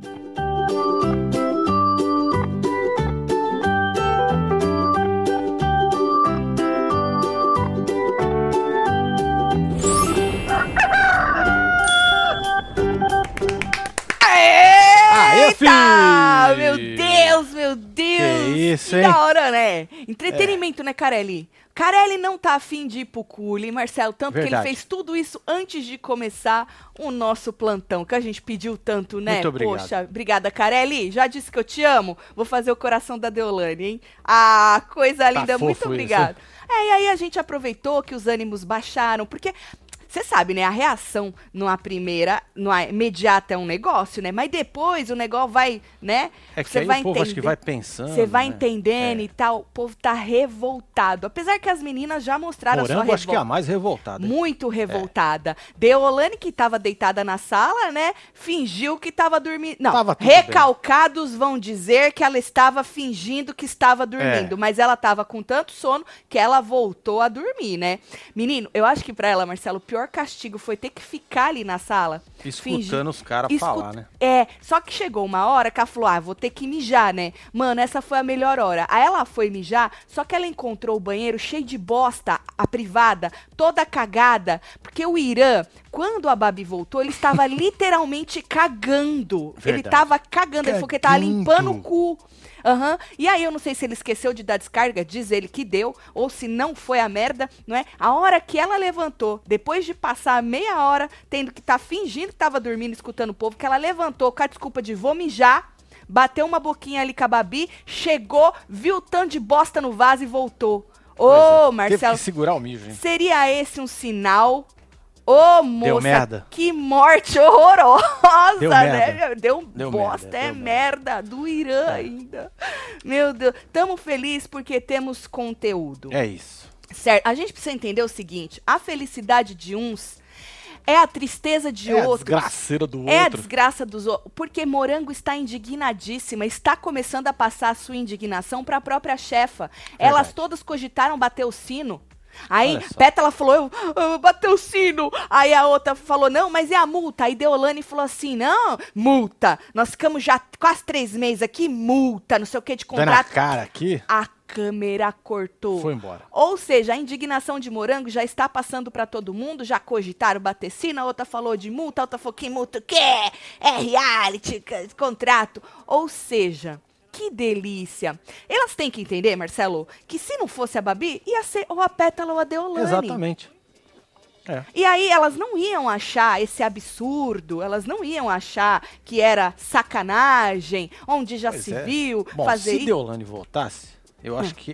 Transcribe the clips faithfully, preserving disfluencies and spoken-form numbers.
Eita! Meu Deus, meu Deus! Que isso, hein? Que da hora, né? Entretenimento, é. né, Carelli? Carelli não tá afim de ir pro Cule, Marcelo, tanto Verdade. que ele fez tudo isso antes de começar o nosso plantão, que a gente pediu tanto, né? Muito obrigado. Poxa, obrigada, Carelli. Já disse que eu te amo. Vou fazer o coração da Deolane, hein? Ah, coisa linda, tá muito obrigada. É, e aí a gente aproveitou que os ânimos baixaram, porque... Você sabe, né? A reação numa primeira, numa imediata é um negócio, né? Mas depois o negócio vai, né? É que você aí vai o povo entender, acho que vai pensando. Você vai né? entendendo é. e tal. O povo tá revoltado. Apesar que as meninas já mostraram Morango, a sua revolta. acho que é a mais revoltada. Hein? Muito revoltada. É. Deolane, que tava deitada na sala, né? Fingiu que tava dormindo. Não, tava recalcados bem. Vão dizer que ela estava fingindo que estava dormindo. É. Mas ela tava com tanto sono que ela voltou a dormir, né? Menino, eu acho que pra ela, Marcelo, o pior castigo foi ter que ficar ali na sala. Escutando fingir, os caras escut... falar, né? É, só que chegou uma hora que ela falou, ah, vou ter que mijar, né? Mano, essa foi a melhor hora. Aí ela foi mijar, só que ela encontrou o banheiro cheio de bosta, a privada, toda cagada, porque o Irã, quando a Babi voltou, ele estava literalmente cagando. Verdade. Ele estava cagando, Cagando. Ele falou que ele tava limpando o cu. Uhum. E aí eu não sei se ele esqueceu de dar descarga, diz ele que deu, ou se não foi a merda, não é? A hora que ela levantou, depois de passar meia hora, tendo que estar tá fingindo que tava dormindo, escutando o povo, que ela levantou com a desculpa de vou mijar, bateu uma boquinha ali com a Babi, chegou, viu o tanto de bosta no vaso e voltou. Ô, oh, é. Marcelo, teve que segurar o mijo, hein? Seria esse um sinal... Ô, oh, moça, Deu merda. Que morte horrorosa, Deu né? merda. Deu, Deu bosta, merda, é deu merda, merda, do Irã é. ainda. Meu Deus, tamo felizes porque temos conteúdo. É isso. Certo, a gente precisa entender o seguinte, a felicidade de uns é a tristeza de é outros. É a desgraceira do outro. É a desgraça dos outros. Porque Morango está indignadíssima, está começando a passar a sua indignação para a própria chefa. Verdade. Elas todas cogitaram bater o sino. Aí, Pétala falou, eu, eu bateu o sino. Aí a outra falou, não, mas e a multa? Aí Deolane falou assim, não, multa. Nós ficamos já quase três meses aqui, multa, não sei o que de contrato. Dando a cara aqui. A câmera cortou. Foi embora. Ou seja, a indignação de Morango já está passando para todo mundo, já cogitaram bater sino, a outra falou de multa, a outra falou que multa o quê? É reality, contrato. Ou seja... Que delícia. Elas têm que entender, Marcelo, que se não fosse a Babi, ia ser ou a Pétala ou a Deolane. Exatamente. É. E aí elas não iam achar esse absurdo, elas não iam achar que era sacanagem, onde já pois se é. viu Bom, fazer isso. Se Deolane voltasse, eu acho hum. que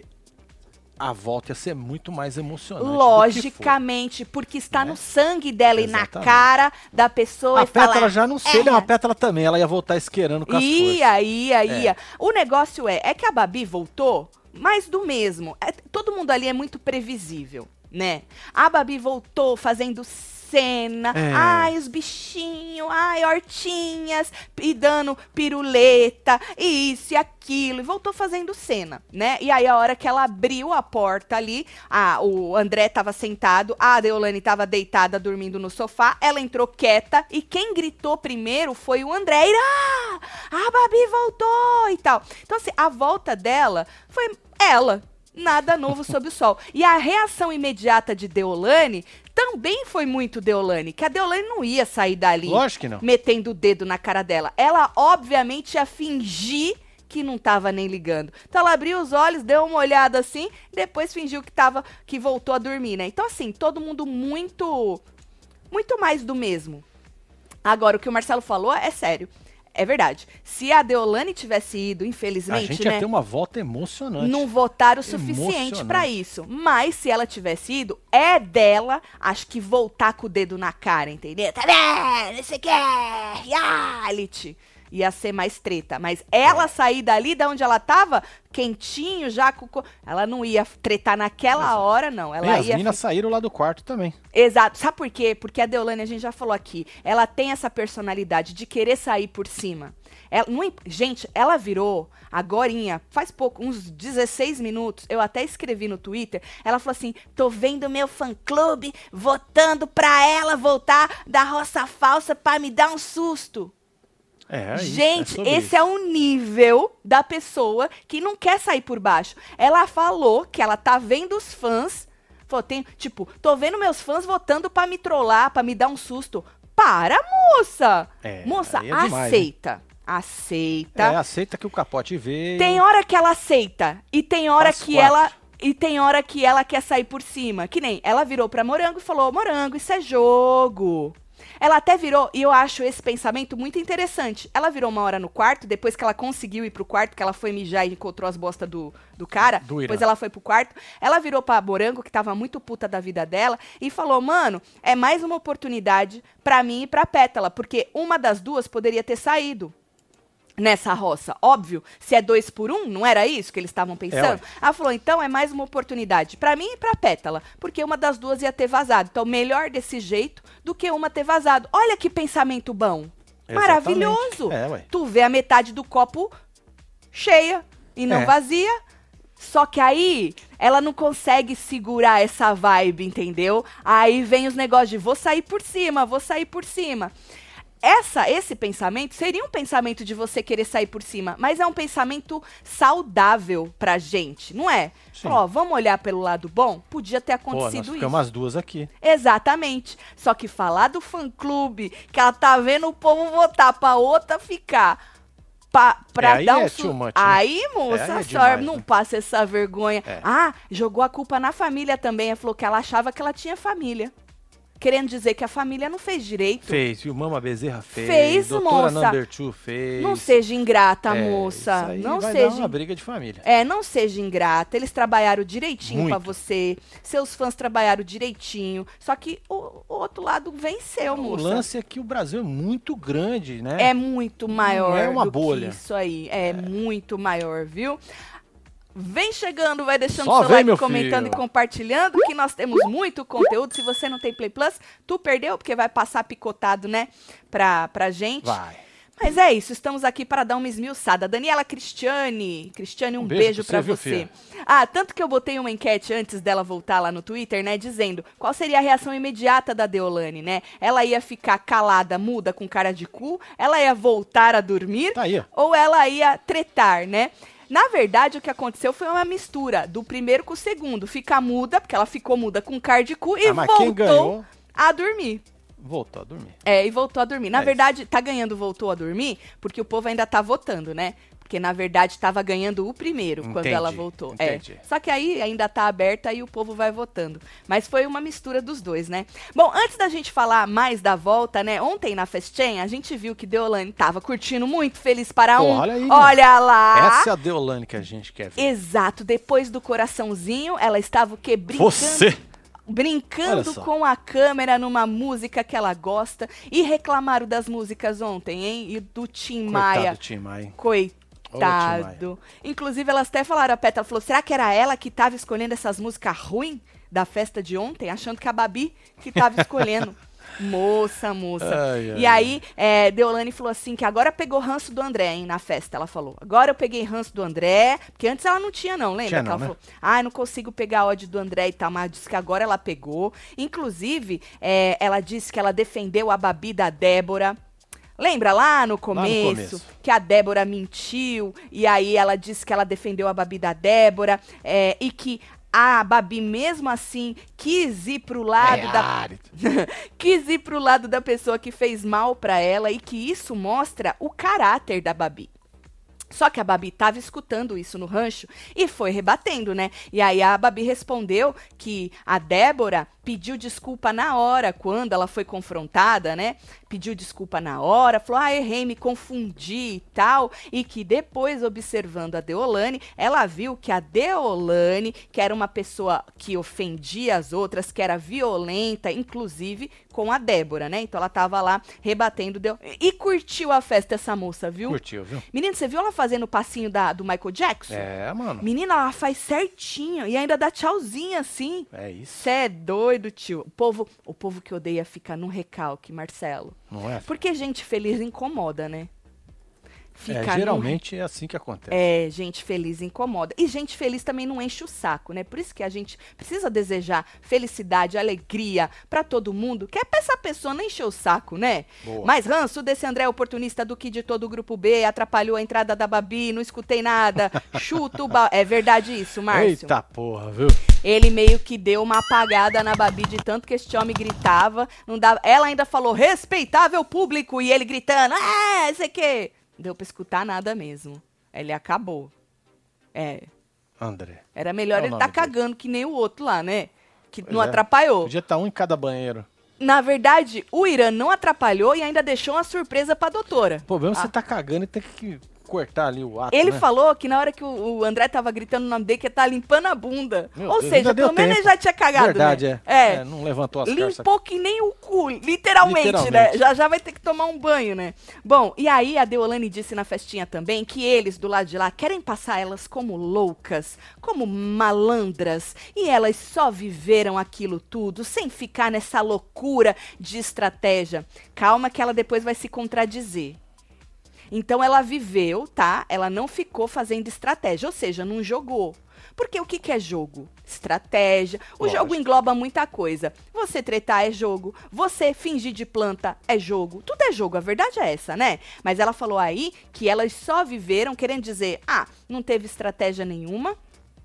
a volta ia ser muito mais emocionante. Logicamente, porque está né? no sangue dela Exatamente. E na cara da pessoa. A e Pétala falar, já não sei, é. A Pétala também, ela ia voltar esquerando com as ia, forças. Ia, ia, ia. É. O negócio é, é que a Babi voltou, mais do mesmo. É, todo mundo ali é muito previsível, né? A Babi voltou fazendo cena, é. ai, os bichinhos, ai, hortinhas, e dando piruleta, e isso e aquilo, e voltou fazendo cena, né? E aí, a hora que ela abriu a porta ali, a, o André tava sentado, a Deolane tava deitada, dormindo no sofá, ela entrou quieta, e quem gritou primeiro foi o André, Irá, a Babi voltou, e tal. Então, assim, a volta dela foi ela, nada novo sob o sol. E a reação imediata de Deolane também foi muito Deolane, que a Deolane não ia sair dali Lógico que não. metendo o dedo na cara dela. Ela, obviamente, ia fingir que não tava nem ligando. Então, ela abriu os olhos, deu uma olhada assim, depois fingiu que tava, que voltou a dormir, né? Então, assim, todo mundo muito, muito mais do mesmo. Agora, o que o Marcelo falou é sério. É verdade. Se a Deolane tivesse ido, infelizmente, a gente né, ia ter uma volta emocionante. Não votaram o suficiente pra isso. Mas se ela tivesse ido, é dela, acho que voltar com o dedo na cara, entendeu? Tá vendo? Isso aqui é reality. Ia ser mais treta. Mas ela sair dali, da onde ela tava, quentinho, já com... Ela não ia tretar naquela Exato. hora, não. Ela e ia as meninas saíram lá do quarto também. Exato. Sabe por quê? Porque a Deolane, a gente já falou aqui, ela tem essa personalidade de querer sair por cima. Ela, não, gente, ela virou, agorinha, faz pouco, uns dezesseis minutos, eu até escrevi no Twitter, ela falou assim, tô vendo meu fã-clube votando pra ela voltar da roça falsa pra me dar um susto. É, isso, Gente, é esse isso. é o nível da pessoa que não quer sair por baixo. Ela falou que ela tá vendo os fãs, falou, tem, tipo, tô vendo meus fãs votando pra me trollar, pra me dar um susto. Para, moça! É, moça, aí é demais, aceita. Hein? Aceita. É, aceita que o capote veio. Tem hora que ela aceita e tem hora Faz que quatro. ela e tem hora que ela quer sair por cima. Que nem ela virou pra Morango e falou: "Morango, isso é jogo". Ela até virou, e eu acho esse pensamento muito interessante. Ela virou uma hora no quarto, depois que ela conseguiu ir pro quarto, que ela foi mijar e encontrou as bostas do, do cara. Do Irã. Depois ela foi pro quarto. Ela virou pra Morango, que tava muito puta da vida dela, e falou: "Mano, é mais uma oportunidade pra mim e pra Pétala, porque uma das duas poderia ter saído nessa roça, óbvio, se é dois por um, não era isso que eles estavam pensando? É, Ela falou, então é mais uma oportunidade pra mim e pra Pétala, porque uma das duas ia ter vazado. Então, melhor desse jeito do que uma ter vazado. Olha que pensamento bom. Exatamente. Maravilhoso. É, ué. Tu vê a metade do copo cheia e não É. vazia. Só que aí, ela não consegue segurar essa vibe, entendeu? Aí vem os negócios de vou sair por cima, vou sair por cima. Essa, esse pensamento seria um pensamento de você querer sair por cima, mas é um pensamento saudável pra gente, não é? Sim. Ó, vamos olhar pelo lado bom? Podia ter Pô, nós acontecido isso. ficamos as duas aqui. Exatamente. Só que falar do fã-clube, que ela tá vendo o povo votar pra outra ficar, pra, pra É, aí dar é um... Su... too much, né? Aí, moça, É, aí é a senhora demais, não né? passa essa vergonha. É. Ah, jogou a culpa na família também. Ela falou que ela achava que ela tinha família. Querendo dizer que a família não fez direito. Fez, viu? Mama Bezerra fez. Fez, Doutora moça. Number Two fez. Não seja ingrata, É, moça. isso aí Não vai seja. dar uma briga de família. É, não seja ingrata. Eles trabalharam direitinho Muito. pra você. Seus fãs trabalharam direitinho. Só que o, o outro lado venceu, O moça. lance é que o Brasil é muito grande, né? É muito maior é uma do bolha. que isso aí. É, muito maior, viu? Vem chegando, vai deixando Só seu vem, like, meu comentando filho. e compartilhando, que nós temos muito conteúdo. Se você não tem Play Plus, tu perdeu, porque vai passar picotado, né, pra, pra gente. Vai. Mas é isso, estamos aqui para dar uma esmiuçada. Daniela Cristiane, Cristiane, um, Um beijo, beijo pra pra você. você, Viu, filha? Ah, tanto que eu botei uma enquete antes dela voltar lá no Twitter, né, dizendo qual seria a reação imediata da Deolane, né? Ela ia ficar calada, muda, com cara de cu? Ela ia voltar a dormir? Tá aí, ó. Ou ela ia tretar, né? Na verdade, o que aconteceu foi uma mistura do primeiro com o segundo. Ficar muda, porque ela ficou muda com cara de cu e Ah, mas quem voltou ganhou a dormir. voltou a dormir. É, e voltou a dormir. Na É verdade, tá ganhando voltou a dormir, porque o povo ainda tá votando, né? Porque, na verdade, tava ganhando o primeiro, quando Entendi, ela voltou. entendi. É. Só que aí ainda tá aberta e o povo vai votando. Mas foi uma mistura dos dois, né? Bom, antes da gente falar mais da volta, né? Ontem na festinha, a gente viu que Deolane tava curtindo muito, feliz para Pô, um. olha aí, Olha lá! Essa é a Deolane que a gente quer ver. Exato, depois do coraçãozinho, ela estava o quê? Brincando, Você! brincando Olha só. com a câmera numa música que ela gosta. E reclamaram das músicas ontem, hein? E do Tim Maia. Coitado do Tim Maia. Coitado. Ô, Tim Inclusive, elas até falaram, a Pétala falou, será que era ela que tava escolhendo essas músicas ruins da festa de ontem? Achando que a Babi que tava escolhendo. Moça, moça. Ai, ai, e aí, é, Deolane falou assim, que agora pegou ranço do André, hein, na festa, ela falou. Agora eu peguei ranço do André, porque antes ela não tinha não, lembra? Tinha que não, ela né? falou, ah, eu não consigo pegar ódio do André e tal, mas disse que agora ela pegou. Inclusive, é, ela disse que ela defendeu a Babi da Débora. Lembra lá no começo, começo. que a Débora mentiu, e aí ela disse que ela defendeu a Babi da Débora, é, e que a Babi, mesmo assim, quis ir pro lado É, da... árido. quis ir pro lado da pessoa que fez mal pra ela, e que isso mostra o caráter da Babi. Só que a Babi tava escutando isso no rancho e foi rebatendo, né? E aí a Babi respondeu que a Débora pediu desculpa na hora, quando ela foi confrontada, né? Pediu desculpa na hora, falou, ah, errei, me confundi e tal. E que depois, observando a Deolane, ela viu que a Deolane, que era uma pessoa que ofendia as outras, que era violenta, inclusive com a Débora, né? Então ela tava lá rebatendo. Deu... E curtiu a festa essa moça, viu? Curtiu, viu? Menina, você viu ela fazendo o passinho da, do Michael Jackson? É, mano. Menina, ela faz certinho e ainda dá tchauzinho assim. É isso. Você é doido, tio. O povo, o povo que odeia fica num recalque, Marcelo. Não é? Porque gente feliz incomoda, né? Fica é, geralmente no... é assim que acontece. É, gente feliz incomoda. E gente feliz também não enche o saco, né? Por isso que a gente precisa desejar felicidade, alegria pra todo mundo, que é pra essa pessoa não encher o saco, né? Boa. Mas ranço desse André oportunista do que de todo o grupo B, atrapalhou a entrada da Babi, não escutei nada, chuta o ba... É verdade isso, Márcio? Eita porra, viu? Ele meio que deu uma apagada na Babi de tanto que este homem gritava. Não dava... Ela ainda falou, respeitável público, e ele gritando, ah, sei que... Deu pra escutar nada mesmo. Ele acabou. É. André. Era melhor é ele tá cagando dele. Que nem o outro lá, né? Que pois não é. atrapalhou. Podia estar um em cada banheiro. Na verdade, o Irã não atrapalhou e ainda deixou uma surpresa pra doutora. O problema é ah. você tá cagando e tem que cortar ali o ato, Ele né? falou que na hora que o, o André tava gritando o nome dele, que ele tá limpando a bunda. Meu Ou Deus, seja, pelo menos ele já tinha cagado, verdade, né? é. É. é. Não levantou as Limpou carças. que nem o cu, literalmente, literalmente, né? Já já vai ter que tomar um banho, né? Bom, e aí a Deolane disse na festinha também que eles, do lado de lá, querem passar elas como loucas, como malandras, e elas só viveram aquilo tudo, sem ficar nessa loucura de estratégia. Calma que ela depois vai se contradizer. Então ela viveu, tá? Ela não ficou fazendo estratégia, ou seja, não jogou. Porque o que, que é jogo? Estratégia. O Lógico. jogo engloba muita coisa. Você tretar é jogo, você fingir de planta é jogo. Tudo é jogo, a verdade é essa, né? Mas ela falou aí que elas só viveram querendo dizer, ah, não teve estratégia nenhuma.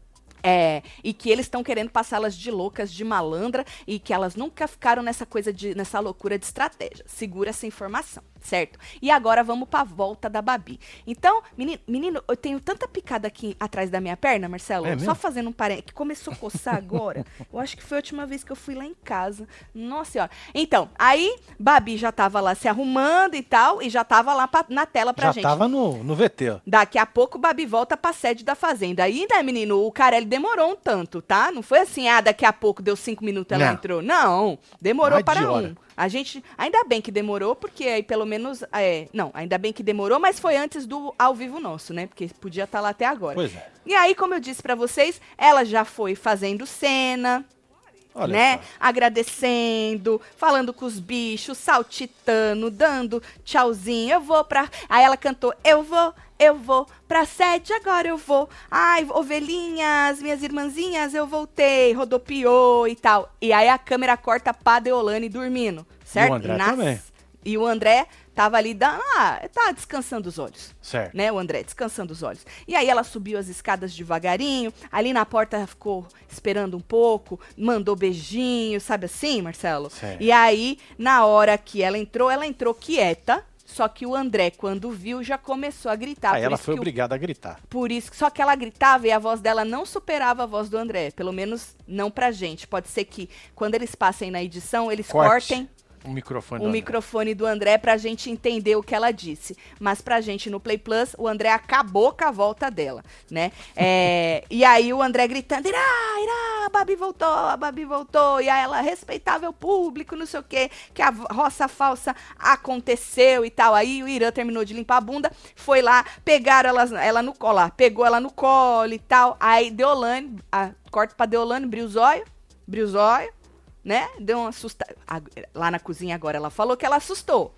É, e que eles estão querendo passá-las de loucas, de malandra, e que elas nunca ficaram nessa coisa de, nessa loucura de estratégia. Segura essa informação, certo? E agora vamos pra volta da Babi. Então, menino, menino, eu tenho tanta picada aqui atrás da minha perna, Marcelo, é só fazendo um parênteses, que começou a coçar agora. Eu acho que foi a última vez que eu fui lá em casa. Nossa senhora. Então, aí, Babi já tava lá se arrumando e tal, e já tava lá pra, na tela pra já gente. Já tava no, no V T, ó. Daqui a pouco, Babi volta pra sede da Fazenda. Aí, né, menino, o Carelli demorou um tanto, tá? Não foi assim, ah, daqui a pouco deu cinco minutos ela não. entrou. Não, demorou Mais para de um. hora. A gente, ainda bem que demorou, porque aí pelo menos, é, não, ainda bem que demorou, mas foi antes do ao vivo nosso, né? Porque podia estar lá até agora. Pois é. E aí, como eu disse pra vocês, ela já foi fazendo cena, Olha né? só. Agradecendo, falando com os bichos, saltitando, dando tchauzinho. Eu vou pra... Aí ela cantou, eu vou, eu vou pra sede, agora eu vou. Ai, ovelhinhas, minhas irmãzinhas, eu voltei, rodopiou e tal. E aí a câmera corta pra Deolane dormindo, certo? E o André Nas... também. E o André tava ali, dando, ah, tá descansando os olhos. Certo. Né, o André, descansando os olhos. E aí ela subiu as escadas devagarinho, ali na porta ficou esperando um pouco, mandou beijinho, sabe assim, Marcelo? Certo. E aí, na hora que ela entrou, ela entrou quieta, só que o André, quando viu, já começou a gritar. Aí ela foi o... obrigada a gritar. Por isso, só que ela gritava e a voz dela não superava a voz do André, pelo menos não pra gente. Pode ser que, quando eles passem na edição, eles Corte. cortem O microfone o do microfone do André pra gente entender o que ela disse. Mas pra gente no Play Plus, o André acabou com a volta dela, né? É, e aí o André gritando, Irá, Irá, a Babi voltou, a Babi voltou. E aí ela, respeitável público, não sei o quê, que a roça falsa aconteceu e tal. Aí o Irã terminou de limpar a bunda, foi lá, pegaram ela, ela no colo, lá, pegou ela no colo e tal. Aí Deolane, a, corta pra Deolane, brilzóio, brilzóio, né? Deu uma assustada. Lá na cozinha agora ela falou que ela assustou.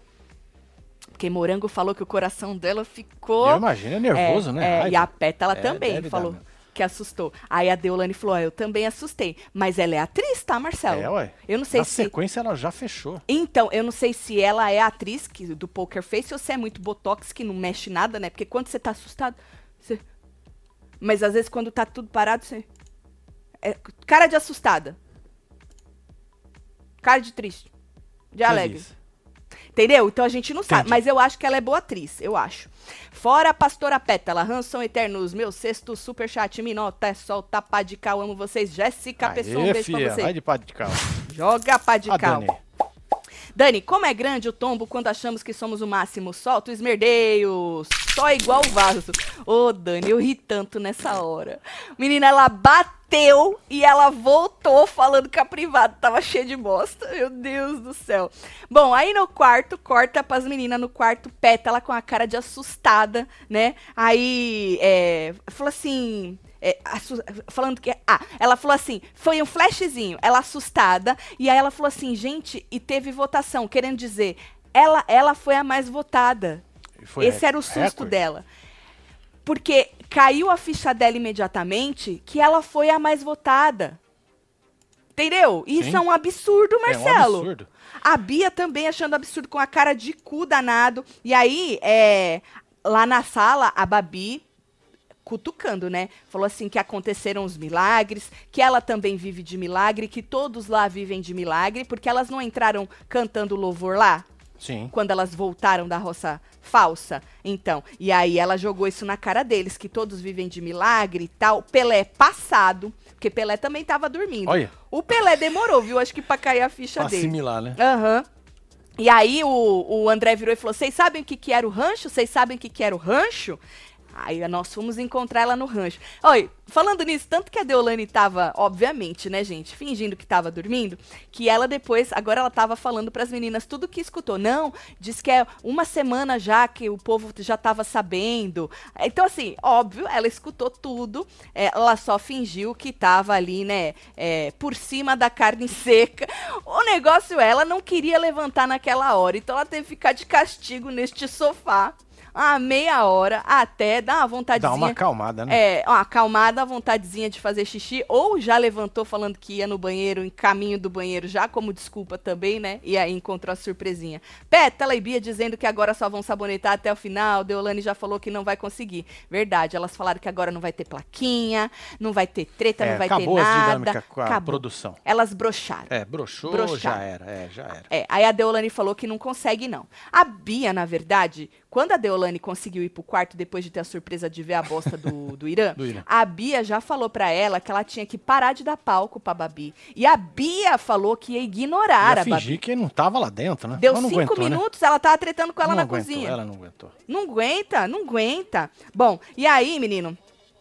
Porque Morango falou que o coração dela ficou... Eu imagino, é nervoso, é, né? É, e a Pétala é, também falou que assustou. Aí a Deolane falou, ah, eu também assustei. Mas ela é atriz, tá, Marcelo? É, ué. Eu não sei Na se... sequência ela já fechou. Então, eu não sei se ela é atriz que, do Poker Face ou se é muito botox que não mexe nada, né? Porque quando você tá assustado... Você... Mas às vezes quando tá tudo parado, você... É, cara de assustada. Cara de triste. De alegre. Entendeu? Então a gente não sabe. Entendi. Mas eu acho que ela é boa atriz. Eu acho. Fora a Pastora Pétala. Ransom Eternos. Meu sexto superchat. Me nota. É solta pá de cal. Amo vocês. Jéssica Pessoa. Um beijo fia, pra você. vai de pá de cal. Joga pá de A cal. Dani. Dani, como é grande o tombo quando achamos que somos o máximo? Solta o esmerdeio. Só igual o vaso. Ô, Dani, eu ri tanto nessa hora. Menina, ela bateu e ela voltou falando que a privada tava cheia de bosta. Meu Deus do céu. Bom, aí no quarto, corta pras meninas no quarto, Pétala com a cara de assustada, né? Aí, é, falou assim... É, falando que... Ah, ela falou assim, foi um flashzinho, ela assustada, e aí ela falou assim, gente, e teve votação, querendo dizer, ela, ela foi a mais votada. Foi Esse era o susto recorde. dela. Porque caiu a ficha dela imediatamente que ela foi a mais votada. Entendeu? Isso Sim. é um absurdo, Marcelo. É um absurdo. A Bia também achando absurdo, com a cara de cu danado. E aí, é, lá na sala, a Babi, cutucando, né? Falou assim que aconteceram os milagres, que ela também vive de milagre, que todos lá vivem de milagre, porque elas não entraram cantando louvor lá? Sim. Quando elas voltaram da roça falsa. Então, e aí ela jogou isso na cara deles, que todos vivem de milagre e tal. Pelé passado, porque Pelé também tava dormindo. Olha. O Pelé demorou, viu? Acho que pra cair a ficha Pra dele. assimilar, né? Aham. Uhum. E aí o, o André virou e falou, vocês sabem o que, que era o rancho? Vocês sabem o que, que era o rancho? Aí nós fomos encontrar ela no rancho. Olha, falando nisso, tanto que a Deolane tava, obviamente, né, gente, fingindo que tava dormindo, que ela depois, agora ela tava falando pras meninas tudo que escutou. Não, diz que é uma semana já que o povo já tava sabendo. Então, assim, óbvio, ela escutou tudo, é, ela só fingiu que tava ali, né, é, por cima da carne seca. O negócio, ela não queria levantar naquela hora, então ela teve que ficar de castigo neste sofá. A meia hora, até dar uma vontadezinha. Dá uma acalmada, né? É, uma acalmada, a vontadezinha de fazer xixi. Ou já levantou falando que ia no banheiro, em caminho do banheiro, já como desculpa também, né? E aí encontrou a surpresinha. Pétala e Bia dizendo que agora só vão sabonetar até o final. Deolane já falou que não vai conseguir. Verdade, elas falaram que agora não vai ter plaquinha, não vai ter treta, É, não vai ter acabou as nada. dinâmicas com a Acabou. produção. Elas broxaram. É, broxou, Broxaram. já era, é, já era. É, aí a Deolane falou que não consegue, não. A Bia, na verdade, quando a Deolane conseguiu ir pro quarto depois de ter a surpresa de ver a bosta do, do Irã, Do Irã. a Bia já falou pra ela que ela tinha que parar de dar palco pra Babi. E a Bia falou que ia ignorar Ia a Babi. fingir que não tava lá dentro, né? Deu Ela não cinco aguentou, minutos, ela tava tretando com né? ela Não na aguentou, cozinha. Ela não aguentou. Não aguenta, não aguenta. Bom, e aí, menino...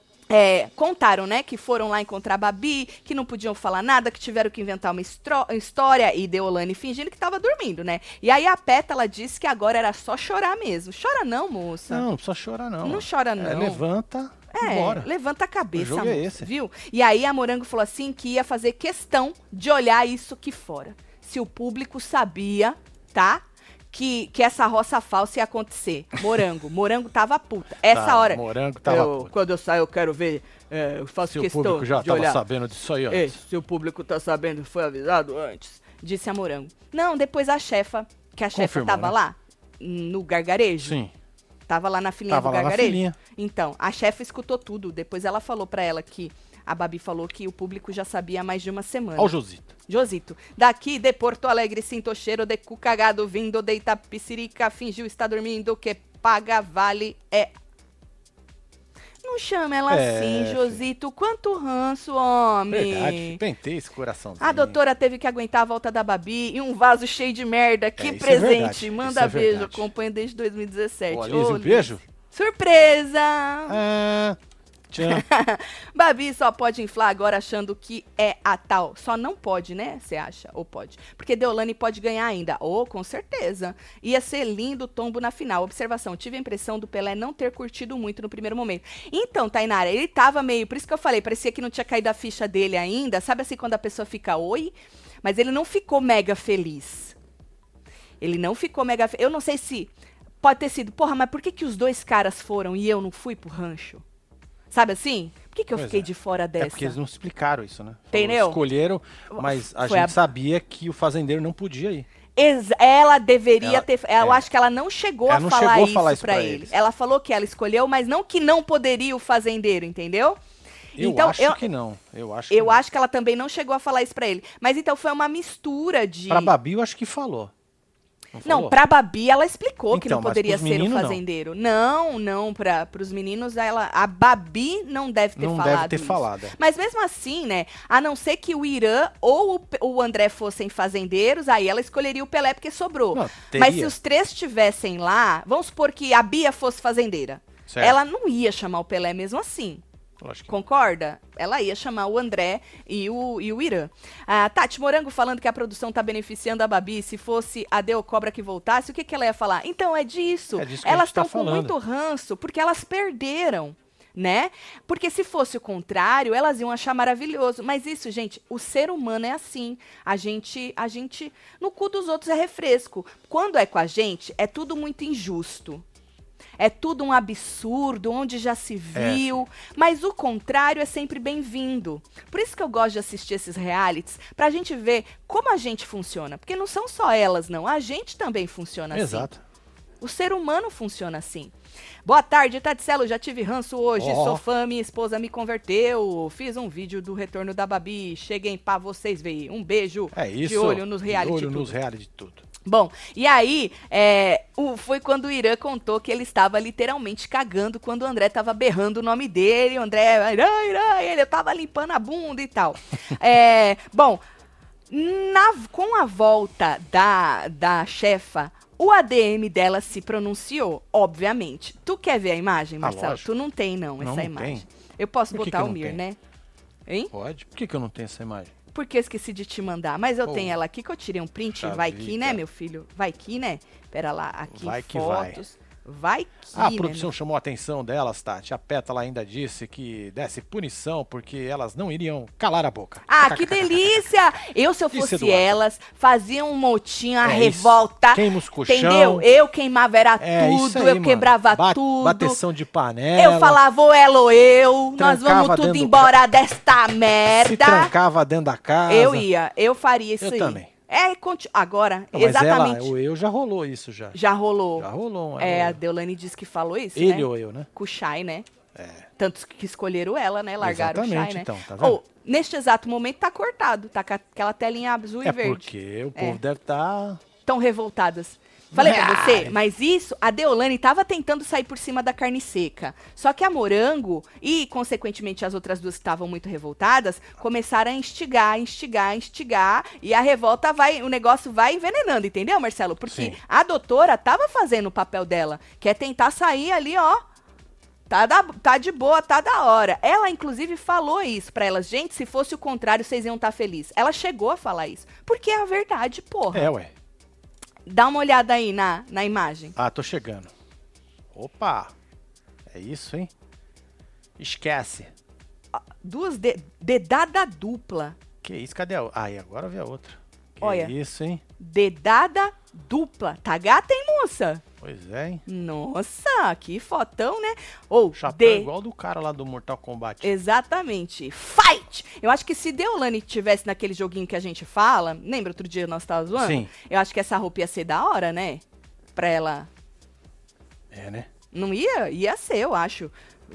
É, contaram, né, que foram lá encontrar a Babi, que não podiam falar nada, que tiveram que inventar uma história, e Deolane fingindo que tava dormindo, né? E aí a Pétala disse que agora era só chorar mesmo. Chora não, moça. Não, não precisa chorar, não. Não chora, não. É, levanta e É, bora. levanta a cabeça, O jogo moça, é esse. viu? E aí a Morango falou assim que ia fazer questão de olhar isso aqui fora. Se o público sabia, tá? Que, que essa roça falsa ia acontecer. Morango. Morango tava puta. Essa Tá, hora. Morango tava eu, puta. Quando eu sair, eu quero ver. É, eu faço Se o questão público já de tava olhar. sabendo disso aí Ei, antes. se o público tá sabendo, foi avisado antes. Disse a Morango. Não, depois a chefa, que a chefa Confirmou, tava né? lá, no gargarejo. Sim. Tava lá na filinha Tava do lá na gargarejo. filinha. Então, a chefa escutou tudo. Depois ela falou pra ela que... A Babi falou que o público já sabia há mais de uma semana. Ó o Josito. Josito. Daqui de Porto Alegre, sinto cheiro de cu cagado vindo de Itapicirica, fingiu estar dormindo, que paga vale é... Não chama ela É, assim, Josito. Quanto ranço, homem. Verdade, pentei esse coraçãozinho. A doutora teve que aguentar a volta da Babi e um vaso cheio de merda. Que isso é presente. verdade, Manda isso é beijo. verdade. Acompanha desde dois mil e dezessete. Ô, Alice, um Ô, beijo? Surpresa! Ah, tchau. Babi só pode inflar agora achando que é a tal. Só não pode, né? Você acha? Ou pode? Porque Deolane pode ganhar ainda. Ou, oh, com certeza. Ia ser lindo o tombo na final. Observação. Tive a impressão do Pelé não ter curtido muito no primeiro momento. Então, Tainara, ele tava meio... Por isso que eu falei, parecia que não tinha caído a ficha dele ainda. Sabe assim, quando a pessoa fica oi? Mas ele não ficou mega feliz. Ele não ficou mega feliz. Eu não sei se... Pode ter sido, porra, mas por que que os dois caras foram e eu não fui pro rancho? Sabe assim? Por que que eu Pois fiquei é. de fora dessa? É porque eles não explicaram isso, né? Entendeu? Escolheram, mas a Foi gente a- sabia que o fazendeiro não podia ir. Ex- ela deveria Ela- ter... Eu é. acho que ela não chegou Ela a não falar, chegou a isso, falar isso pra pra ele. eles. Ela falou que ela escolheu, mas não que não poderia o fazendeiro, entendeu? Eu então, acho eu, que não. Eu acho que eu não. acho que ela também não chegou a falar isso pra ele. Mas então foi uma mistura de... Pra Babi, eu acho que falou. Não, falou? pra Babi ela explicou que Então, não mas poderia pros ser o meninos, não. fazendeiro. Não, não, para pros meninos ela, a Babi não deve ter Não falado deve ter isso. falado. é. Mas mesmo assim, né, a não ser que o Irã ou o, P- o André fossem fazendeiros, aí ela escolheria o Pelé porque sobrou. Não, Mas se teria. os três estivessem lá, vamos supor que a Bia fosse fazendeira. Certo. Ela não ia chamar o Pelé mesmo assim. Lógico que- Concorda? Ela ia chamar o André e o, e o Irã. A Tati Morango falando que a produção tá beneficiando a Babi. Se fosse a Deo Cobra que voltasse, o que, que ela ia falar? Então, é disso. É disso que a Elas gente tá estão com falando. muito ranço, porque elas perderam, né? Porque se fosse o contrário, elas iam achar maravilhoso. Mas isso, gente, o ser humano é assim. A gente, a gente, no cu dos outros é refresco. Quando é com a gente, é tudo muito injusto. É tudo um absurdo, onde já se viu. É. Mas o contrário é sempre bem-vindo. Por isso que eu gosto de assistir esses realities, pra gente ver como a gente funciona. Porque não são só elas, não. A gente também funciona assim. Exato. O ser humano funciona assim. Boa tarde, Taticelo. Já tive ranço hoje. Oh. Sou fã, minha esposa me converteu. Fiz um vídeo do retorno da Babi. Cheguem pra vocês verem. Um beijo. É isso. De olho nos reality. De olho tudo. nos reality tudo. Bom, e aí, é, o, foi quando o Irã contou que ele estava literalmente cagando quando o André estava berrando o nome dele. O André, Irã, Irã, ele estava limpando a bunda e tal. é, bom, na, com a volta da, da chefa, o A D M dela se pronunciou, obviamente. Tu quer ver a imagem, Marcelo? Ah, tu não tem, não, essa não imagem. Tem. Eu posso Por botar que que o Mir, tem? né? Hein? Pode. Por que, que eu não tenho essa imagem? Porque eu esqueci de te mandar. Mas eu oh, tenho ela aqui que eu tirei um print. Vai que, né, meu filho? Vai que, né? Pera lá, aqui vai que fotos. Vai. Vai que, ah, a né, produção meu... chamou a atenção delas, Tati. A Pétala ainda disse que desse punição porque elas não iriam calar a boca. Ah, que delícia! Eu, se eu fosse Isso, elas, fazia um motinho, a é revolta. Queima os colchão. Entendeu? Eu queimava era é tudo, aí, eu mano. quebrava Ba tudo. Bateção de panela. Eu falava, ou ela ou eu, nós vamos tudo embora do... desta merda. Se trancava dentro da casa. Eu ia, eu faria isso eu aí. Eu também. É, agora, não, exatamente. Mas ela, o eu já rolou isso já. Já rolou. Já rolou. É, a Deolane disse que falou isso, Ele né? ou eu, né? Com o Shai, né? É. Tantos que escolheram ela, né? Largaram exatamente, o Shai, né? Então, tá vendo? Oh, neste exato momento tá cortado, tá com aquela telinha azul é e verde. É porque o povo é. deve estar... Tá... Tão revoltadas. Falei pra você, mas isso, a Deolane tava tentando sair por cima da carne seca. Só que a Morango e, consequentemente, as outras duas que estavam muito revoltadas, começaram a instigar, instigar, instigar. E a revolta vai, o negócio vai envenenando, entendeu, Marcelo? Porque Sim. a doutora tava fazendo o papel dela, que é tentar sair ali, ó. Tá, da, tá de boa, tá da hora. Ela, inclusive, falou isso pra elas. Gente, se fosse o contrário, vocês iam estar felizes. Ela chegou a falar isso. Porque é a verdade, porra. É, ué. Dá uma olhada aí na, na imagem. Ah, tô chegando. Opa! É isso, hein? Esquece. Duas de, dedada dupla. Que isso? Cadê a outra? Ah, e agora vê a outra. Que Olha, isso, hein? Dedada dupla. Tá gata, hein, moça? Pois é, hein? Nossa, que fotão, né? Ou chapéu de... igual do cara lá do Mortal Kombat. Exatamente. Fight! Eu acho que se Deolane tivesse naquele joguinho que a gente fala, lembra outro dia nós tava zoando? Sim. Eu acho que essa roupa ia ser da hora, né? Pra ela... É, né? Não ia? Ia ser, eu acho.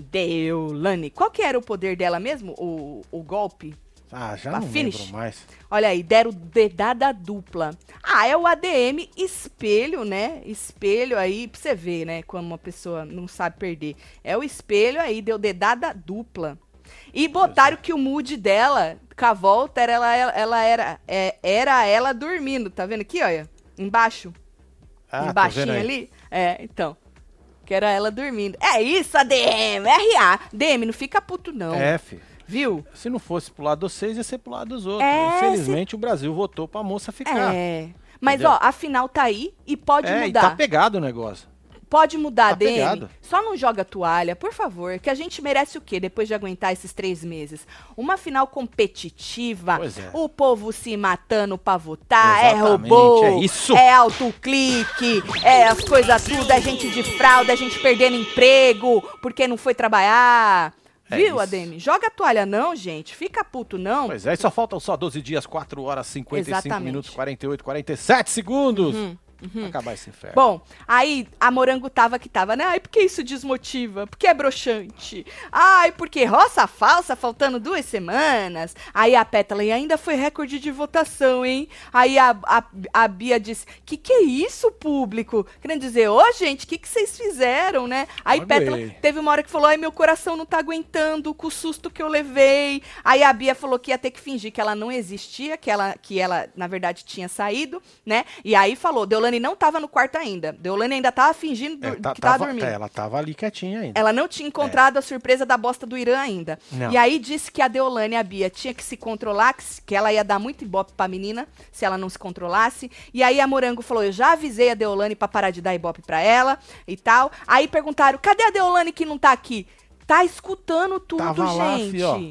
Deolane. Qual que era o poder dela mesmo? O, o golpe? Ah, já não finish. lembro mais. Olha aí, deram dedada dupla. Ah, é o A D M espelho, né? Espelho aí, pra você ver, né? Como uma pessoa não sabe perder. É o espelho aí, deu dedada dupla. E botaram que o mood dela, com a volta, era ela, ela era, é, era ela dormindo. Tá vendo aqui, olha? Embaixo. Ah, embaixinho ali. É, então. Que era ela dormindo. É isso, A D M, R A. D M, não fica puto, não. É, filho. Viu? Se não fosse pro lado dos seis, ia ser pro lado dos outros. É, Infelizmente, se... o Brasil votou pra moça ficar. É. Mas, entendeu? ó, a final tá aí e pode é, mudar. E tá pegado o negócio. Pode mudar, tá D M. Pegado. Só não joga toalha, por favor. Que a gente merece o quê depois de aguentar esses três meses? Uma final competitiva. Pois é. O povo se matando pra votar. Exatamente, é robô. É isso. É autoclique. É as coisas tudo. É gente de fraude. É gente perdendo emprego porque não foi trabalhar. É Viu, isso. A D M? Joga a toalha não, gente. Fica puto não. Pois é, e só faltam só doze dias, quatro horas, cinquenta e cinco Exatamente. minutos, quarenta e oito, quarenta e sete segundos. Uhum. Uhum. Acabar esse inferno. Bom, aí a Morango tava que tava, né? Ai, porque isso desmotiva? Porque é broxante. Ai, porque roça falsa, faltando duas semanas. Aí a Pétala, e ainda foi recorde de votação, hein? Aí a, a, a Bia disse, que que é isso, público? Querendo dizer, ô, gente, o que que vocês fizeram, né? Aí Aguei. Pétala teve uma hora que falou, ai, meu coração não tá aguentando com o susto que eu levei. Aí a Bia falou que ia ter que fingir que ela não existia, que ela, que ela na verdade, tinha saído, né? E aí falou, Deolane não tava no quarto ainda. Deolane ainda tava fingindo É, tá, que tava, tava dormindo. É, ela tava ali quietinha ainda. Ela não tinha encontrado é. a surpresa da bosta do Irã ainda. Não. E aí disse que a Deolane e a Bia tinha que se controlar, que, que ela ia dar muito ibope pra menina se ela não se controlasse. E aí a Morango falou, eu já avisei a Deolane pra parar de dar ibope pra ela e tal. Aí perguntaram, cadê a Deolane que não tá aqui? Tá escutando tudo, Tava gente. Lá, fi, ó.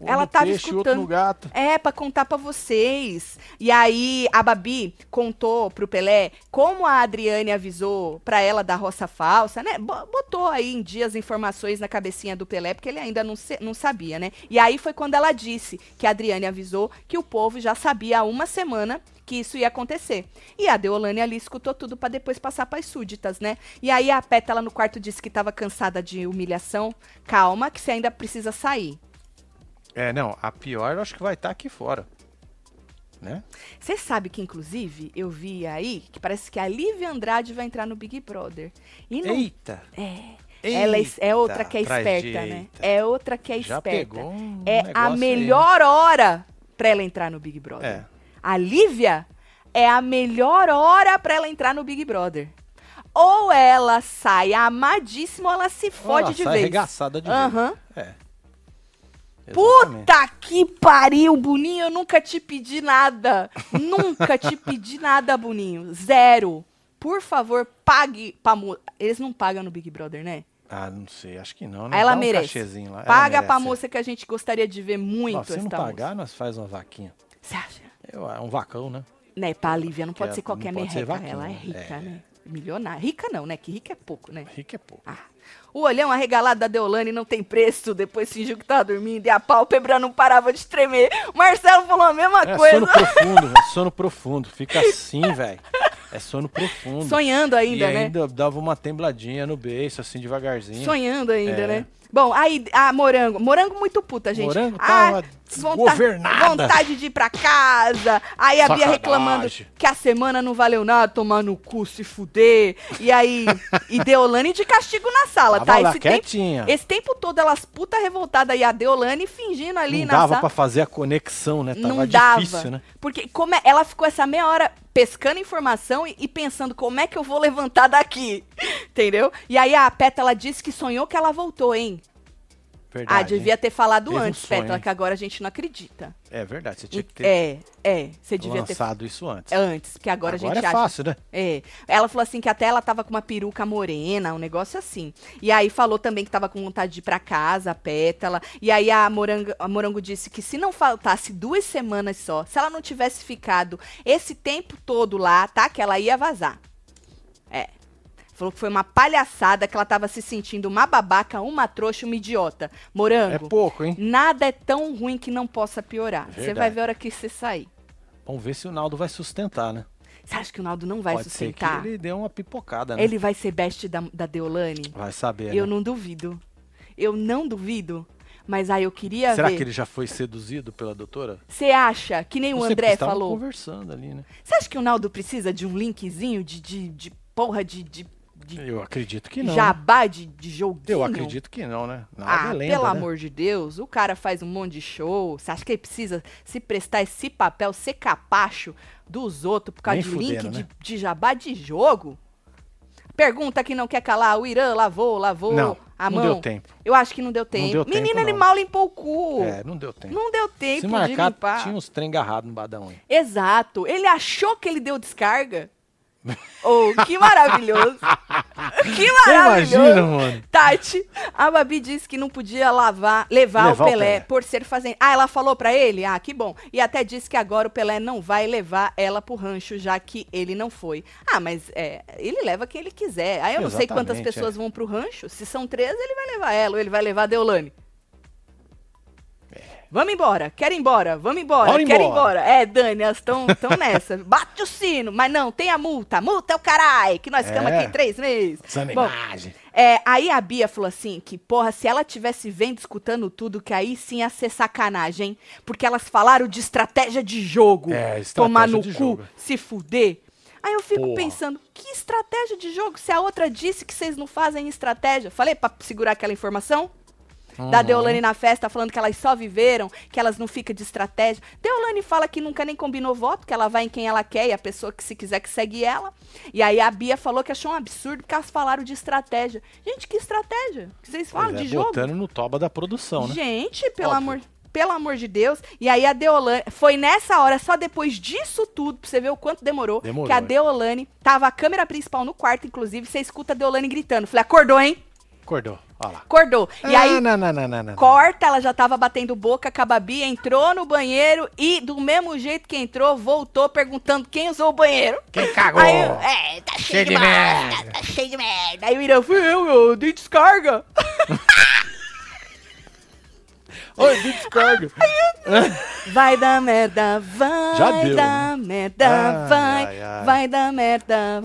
Um ela no tava peixe, escutando. Outro no gato. É, pra contar pra vocês. E aí, a Babi contou pro Pelé como a Adriane avisou pra ela da roça falsa, né? Botou aí em dia as informações na cabecinha do Pelé, porque ele ainda não, se, não sabia, né? E aí foi quando ela disse que a Adriane avisou que o povo já sabia há uma semana que isso ia acontecer. E a Deolane ali escutou tudo pra depois passar pras súditas, né? E aí a Pétala no quarto disse que tava cansada de humilhação. Calma, que você ainda precisa sair. É, não, a pior eu acho que vai estar aqui fora, né? Você sabe que, inclusive, eu vi aí que parece que a Lívia Andrade vai entrar no Big Brother. E não... Eita! É. Eita, ela é, é outra que é esperta, jeita. né? É outra que é Já esperta. pegou um é a negócio melhor aí, hora pra ela entrar no Big Brother. É. A Lívia é a melhor hora pra ela entrar no Big Brother. Ou ela sai amadíssima ou ela se fode ela de sai vez. arregaçada de Uhum. vez. É. Exatamente. Puta que pariu, Boninho, eu nunca te pedi nada. Nunca te pedi nada, Boninho. Zero. Por favor, pague pra moça. Eles não pagam no Big Brother, né? Ah, não sei, acho que não, né? Ela Dá um merece. cachezinho lá. Paga Ela pra merece. moça que a gente gostaria de ver muito. Nossa, se não esta pagar, moça. nós faz uma vaquinha. Você acha? Eu, é um vacão, né? Né, pra Lívia não Que pode é- ser qualquer não pode ser merreca. vaquinha, Ela é né? rica, É. né? Milionária. Rica não, né? Que rica é pouco, né? Rico é pouco. Ah. O olhão arregalado da Deolane não tem preço. Depois fingiu que tava dormindo e a pálpebra não parava de tremer. O Marcelo falou a mesma É coisa. sono profundo, é sono profundo. Fica assim, velho. É sono profundo. Sonhando ainda, e né? ainda dava uma tembladinha no beiço, assim, devagarzinho. Sonhando ainda, É. né? Bom, aí, a Morango. Morango muito puta, gente. Morango Ah, tava vonta- desgovernada. Vontade de ir pra casa. Aí a Bia Sacanagem. reclamando que a semana não valeu nada, tomar no cu, se fuder. E aí, e Deolane de castigo na sala, Tava tá? lá Esse tempo, quietinha. esse tempo todo elas puta revoltada e a Deolane fingindo ali Não na dava sala. pra fazer a conexão, né? Tava Não dava. difícil, né? Porque como é- ela ficou essa meia hora pescando informação e, e pensando como é que eu vou levantar daqui. Entendeu? E aí a Pétala disse que sonhou que ela voltou, hein? Verdade. Ah, devia ter falado Teve um antes, sonho, Pétala, hein? que agora a gente não acredita. É verdade, você tinha que ter É, é, você devia ter lançado isso antes. antes, porque agora, Agora a gente é acha. fácil, né? É. Ela falou assim que até ela tava com uma peruca morena, um negócio assim. E aí falou também que tava com vontade de ir pra casa, a Pétala. E aí a Morango, a Morango disse que se não faltasse duas semanas só, se ela não tivesse ficado esse tempo todo lá, tá? Que ela ia vazar. É. Falou que foi uma palhaçada, que ela tava se sentindo uma babaca, uma trouxa, uma idiota. Morango, É pouco, hein? nada é tão ruim que não possa piorar. Você Verdade. vai ver a hora que você sair. Vamos ver se o Naldo vai sustentar, né? Você acha que o Naldo não vai Pode ser sustentar? que ele dê uma pipocada, né? Ele vai ser best da, da Deolane? Vai saber, Eu né? não duvido. Eu não duvido. Mas aí eu queria Será ver. que ele já foi seduzido pela doutora? Você acha, que nem Não o sei, André porque estavam falou, conversando ali, né? você acha que o Naldo precisa de um linkzinho de, de, de porra de, de, de Eu acredito que não. jabá de, de joguinho? Eu acredito que não, né? Nada Ah, é lenda, pelo né? amor de Deus, o cara faz um monte de show. Você acha que ele precisa se prestar esse papel, ser capacho dos outros por causa Nem de link fudendo, de, né? de jabá de jogo? Pergunta que não quer calar. O Irã lavou, lavou Não, a não mão. deu tempo. Eu acho que não deu tempo. deu tempo, Menina, ele não. mal limpou o cu. É, não deu tempo. Não deu tempo Se de marcar, limpar. tinha uns trem agarrado no badão. Exato. Ele achou que ele deu descarga. Oh, que maravilhoso. Que maravilhoso. Imagina, mano. Tati, a Babi disse que não podia lavar, levar, Levar o o Pelé, Pelé. por ser fazenda. Ah, ela falou pra ele? Ah, que bom. E até disse que agora o Pelé não vai levar ela pro rancho, já que ele não foi. Ah, mas é, ele leva quem ele quiser. Aí eu não sei quantas Exatamente, pessoas é. vão pro rancho. Se são treze, ele vai levar ela, ou ele vai levar a Deolane. Vamos embora, quero ir embora, vamos embora, Bora quero ir embora. embora. É, Dani, elas estão nessa. Bate o sino, mas não, tem a multa. Multa é o caralho, que nós ficamos É. aqui três meses. Bom, Desanimagem. é, aí a Bia falou assim, que porra, se ela tivesse vendo, escutando tudo, que aí sim ia ser sacanagem, hein? Porque elas falaram de estratégia de jogo. É, estratégia tomar no de cu, jogo. se fuder. Aí eu fico Porra. pensando, que estratégia de jogo? Se a outra disse que vocês não fazem estratégia. Falei pra segurar aquela informação? Da Uhum. Deolane na festa, falando que elas só viveram, que elas não ficam de estratégia. Deolane fala que nunca nem combinou voto, que ela vai em quem ela quer e a pessoa que se quiser que segue ela. E aí a Bia falou que achou um absurdo porque elas falaram de estratégia. Gente, que estratégia? Que vocês falam Pois é, de jogo? botando no toba da produção, né? Gente, pelo Óbvio. amor, pelo amor de Deus. E aí a Deolane, foi nessa hora, só depois disso tudo, pra você ver o quanto demorou, Demorou, que a é. Deolane, tava a câmera principal no quarto, inclusive, você escuta a Deolane gritando. Falei, acordou, hein? Acordou. Olha lá. Acordou. E ah, aí, não, não, não, não, não. corta, ela já tava batendo boca com a Babi, entrou no banheiro e, do mesmo jeito que entrou, voltou perguntando quem usou o banheiro. Quem cagou? Aí, é, tá cheio, Cheio de, de merda, merda. tá cheio de merda. Aí o Irã, fui eu, eu dei descarga. Oi, descarga. Vai dar merda, vai Já deu, dar né? merda, Ai, vai, ai, ai. vai dar merda,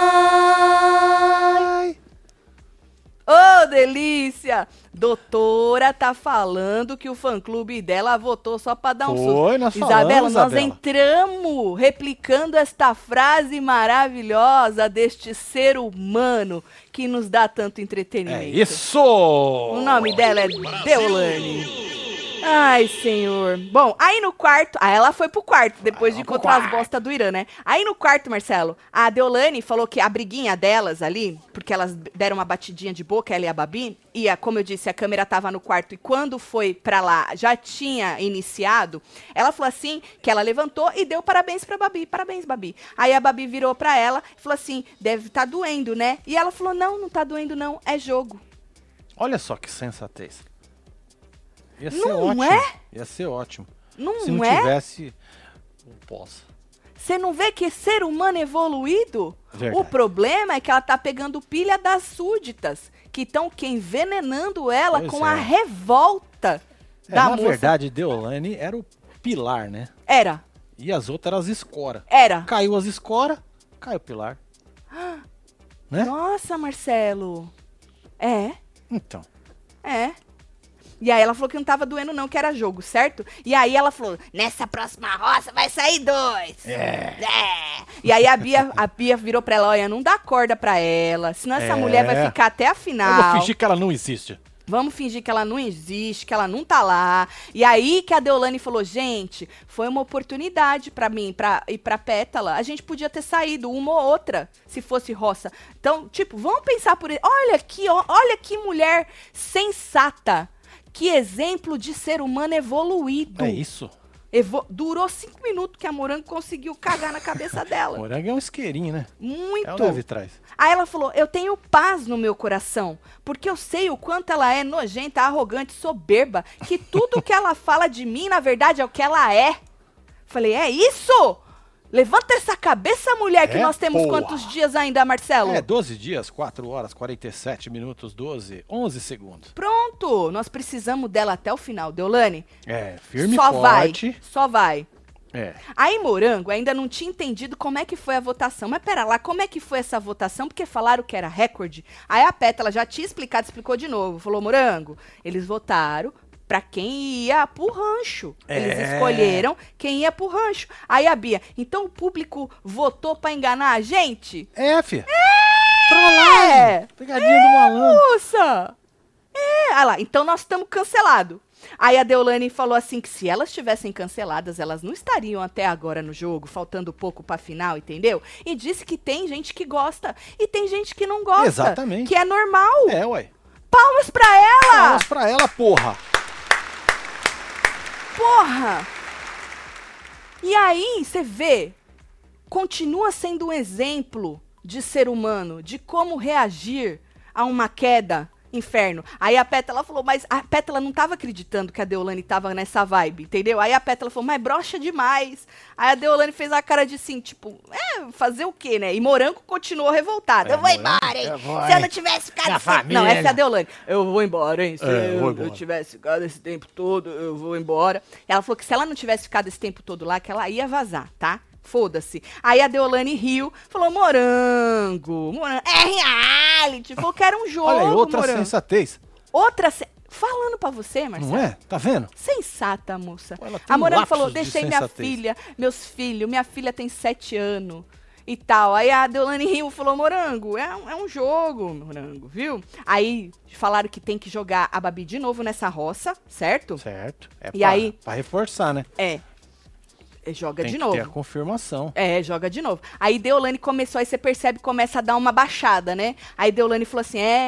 vai. Ô, oh, delícia! Doutora tá falando que o fã-clube dela votou só pra dar um Foi, susto. nós Isabela, falamos, nós Isabela. entramos replicando esta frase maravilhosa deste ser humano que nos dá tanto entretenimento. É isso! O nome dela é Deolane. Ai, senhor. Bom, aí no quarto... Aí ela foi pro quarto, depois de encontrar as bostas do Irã, né? Aí no quarto, Marcelo, a Deolane falou que a briguinha delas ali, porque elas deram uma batidinha de boca, ela e a Babi, e a, como eu disse, a câmera tava no quarto, e quando foi pra lá, já tinha iniciado, ela falou assim, que ela levantou e deu parabéns pra Babi. Parabéns, Babi. Aí a Babi virou pra ela e falou assim, deve tá doendo, né? E ela falou, não, não tá doendo não, é jogo. Olha só que sensatez. Ia ser Não ótimo. é? Ia ser ótimo. Não Se não é? tivesse o pós. Você não vê que ser humano evoluído? Verdade. O problema é que ela tá pegando pilha das súditas, que estão que envenenando ela Pois com é. a revolta É, da na moça. verdade, Deolane era o pilar, né? Era, E as outras eram as escoras. era. Caiu as escoras, caiu o pilar. Né? Nossa, Marcelo. É, Então. é. E aí ela falou que não tava doendo não, que era jogo, certo? E aí ela falou, nessa próxima roça vai sair dois. É. É. E aí a Bia, a Bia virou pra ela, olha, não dá corda pra ela, senão essa É. mulher vai ficar até a Eu final. vou fingir que ela não existe. Vamos fingir que ela não existe, que ela não tá lá. E aí que a Deolane falou, gente, foi uma oportunidade pra mim pra, e pra Pétala. A gente podia ter saído uma ou outra, se fosse roça. Então, tipo, vamos pensar por isso. Olha aqui, ó, olha que mulher sensata. Que exemplo de ser humano evoluído. É isso. Evo- Durou cinco minutos que a Morango conseguiu cagar na cabeça dela. Morango é um isqueirinho, né? Muito. É o leve trás. Aí ela falou, eu tenho paz no meu coração, porque eu sei o quanto ela é nojenta, arrogante, soberba, que tudo que ela fala de mim, na verdade, é o que ela é. Falei, é isso? Levanta essa cabeça, mulher, que É, nós temos porra. quantos dias ainda, Marcelo? É, doze dias, quatro horas, quarenta e sete minutos, doze, onze segundos. Pronto, nós precisamos dela até o final, Deolane. É, firme e Só forte. vai, só vai. É. Aí Morango ainda não tinha entendido como é que foi a votação. Mas pera lá, como é que foi essa votação? Porque falaram que era recorde. Aí a Pétala já tinha explicado, explicou de novo. Falou, Morango, eles votaram pra quem ia pro rancho. Eles É. escolheram quem ia pro rancho. Aí a Bia, então o público votou pra enganar a gente? É, filha. É! Pegadinha do malandro. Nossa! É, olha lá, então nós estamos cancelados. Aí a Deolane falou assim que se elas tivessem canceladas, elas não estariam até agora no jogo, faltando pouco pra final, entendeu? E disse que tem gente que gosta e tem gente que não gosta. Exatamente. Que é normal. É, ué. Palmas pra ela! Palmas pra ela, porra. Porra! E aí, você vê, continua sendo um exemplo de ser humano, de como reagir a uma queda, inferno. Aí a Pétala falou, mas a Pétala não tava acreditando que a Deolane tava nessa vibe, entendeu? Aí a Pétala falou, mas broxa demais. Aí a Deolane fez a cara de assim, tipo, é, fazer o quê, né? E Morango continuou revoltado. É, eu vou Morango, embora, hein? eu vou, Se eu hein? não tivesse ficado... Minha esse- família. Não, essa é a Deolane. Eu vou embora, hein? Se É, eu vou eu, embora. eu tivesse ficado esse tempo todo, eu vou embora. Ela falou que se ela não tivesse ficado esse tempo todo lá, que ela ia vazar, tá? Foda-se. Aí a Deolane riu, falou, Morango, Morango, é reality. Falou que era um jogo, Olha aí, outra Morango. sensatez. Outra, se... falando pra você, Marcelo. Não é? Tá vendo? Sensata, moça. Pô, ela tem A Morango lapsos falou, de deixei minha sensatez. filha, meus filhos, minha filha tem sete anos e tal. Aí a Deolane riu e falou, Morango, é um, é um jogo, Morango, viu? Aí falaram que tem que jogar a Babi de novo nessa roça, certo? Certo. É E pra, aí? pra reforçar, né? É. É, Joga Tem de que novo. ter a confirmação. É, joga de novo. Aí Deolane começou, aí você percebe, começa a dar uma baixada, né? Aí Deolane falou assim, é,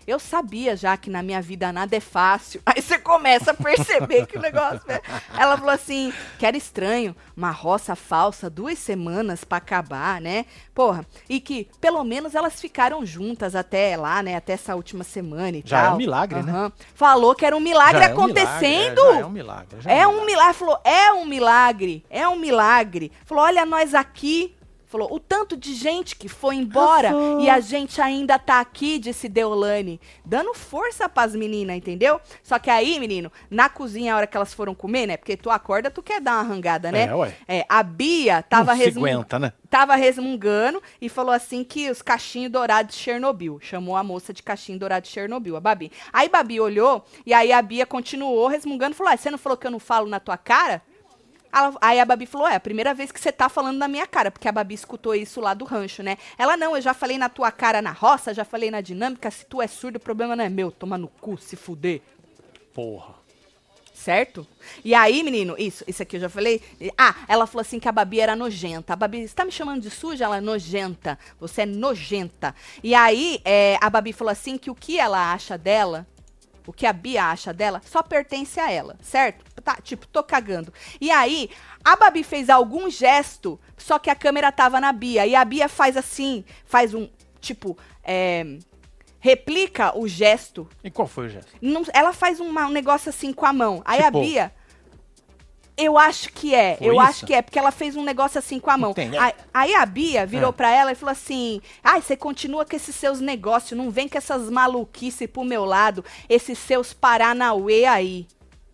eu sabia já que na minha vida nada é fácil. Aí você começa a perceber que o negócio... É... Ela falou assim, que era estranho, uma roça falsa, duas semanas pra acabar, né? Porra, e que pelo menos elas ficaram juntas até lá, né? Até essa última semana e já tal. É um milagre, uhum. né? Falou que era um milagre já acontecendo. É um milagre, é, já é um milagre. Já é, é um um milagre. milagre. Falou, é um milagre, é um milagre. Falou, olha nós aqui. Falou, o tanto de gente que foi embora Nossa. E a gente ainda tá aqui, disse Deolane, dando força pras meninas, entendeu? Só que aí, menino, na cozinha, a hora que elas foram comer, né? Porque tu acorda, tu quer dar uma arrangada, né? É, ué. É, a Bia tava, resmun... aguenta, né? tava resmungando e falou assim que os cachinhos dourados de Chernobyl. Chamou a moça de cachinho dourado de Chernobyl, a Babi. Aí Babi olhou e aí a Bia continuou resmungando e falou, ah, você não falou que eu não falo na tua cara? Aí a Babi falou, é a primeira vez que você tá falando na minha cara, porque a Babi escutou isso lá do rancho, né? Ela, não, eu já falei na tua cara na roça, já falei na dinâmica, se tu é surdo, o problema não é meu, toma no cu, se fuder. Porra. Certo? E aí, menino, isso, isso aqui eu já falei. Ah, ela falou assim que a Babi era nojenta. A Babi, você tá me chamando de suja? Ela é nojenta. Você é nojenta. E aí, é, a Babi falou assim que o que ela acha dela... O que a Bia acha dela só pertence a ela, certo? Tá, tipo, tô cagando. E aí, a Babi fez algum gesto, só que a câmera tava na Bia. E a Bia faz assim, faz um, tipo, é, replica o gesto. E qual foi o gesto? Não, ela faz uma, um negócio assim com a mão. Aí tipo... a Bia... Eu acho que é, Foi eu isso? acho que é, porque ela fez um negócio assim com a mão. Aí, aí a Bia virou é. pra ela e falou assim, ai, você continua com esses seus negócios, não vem com essas maluquices pro meu lado, esses seus Paranauê aí.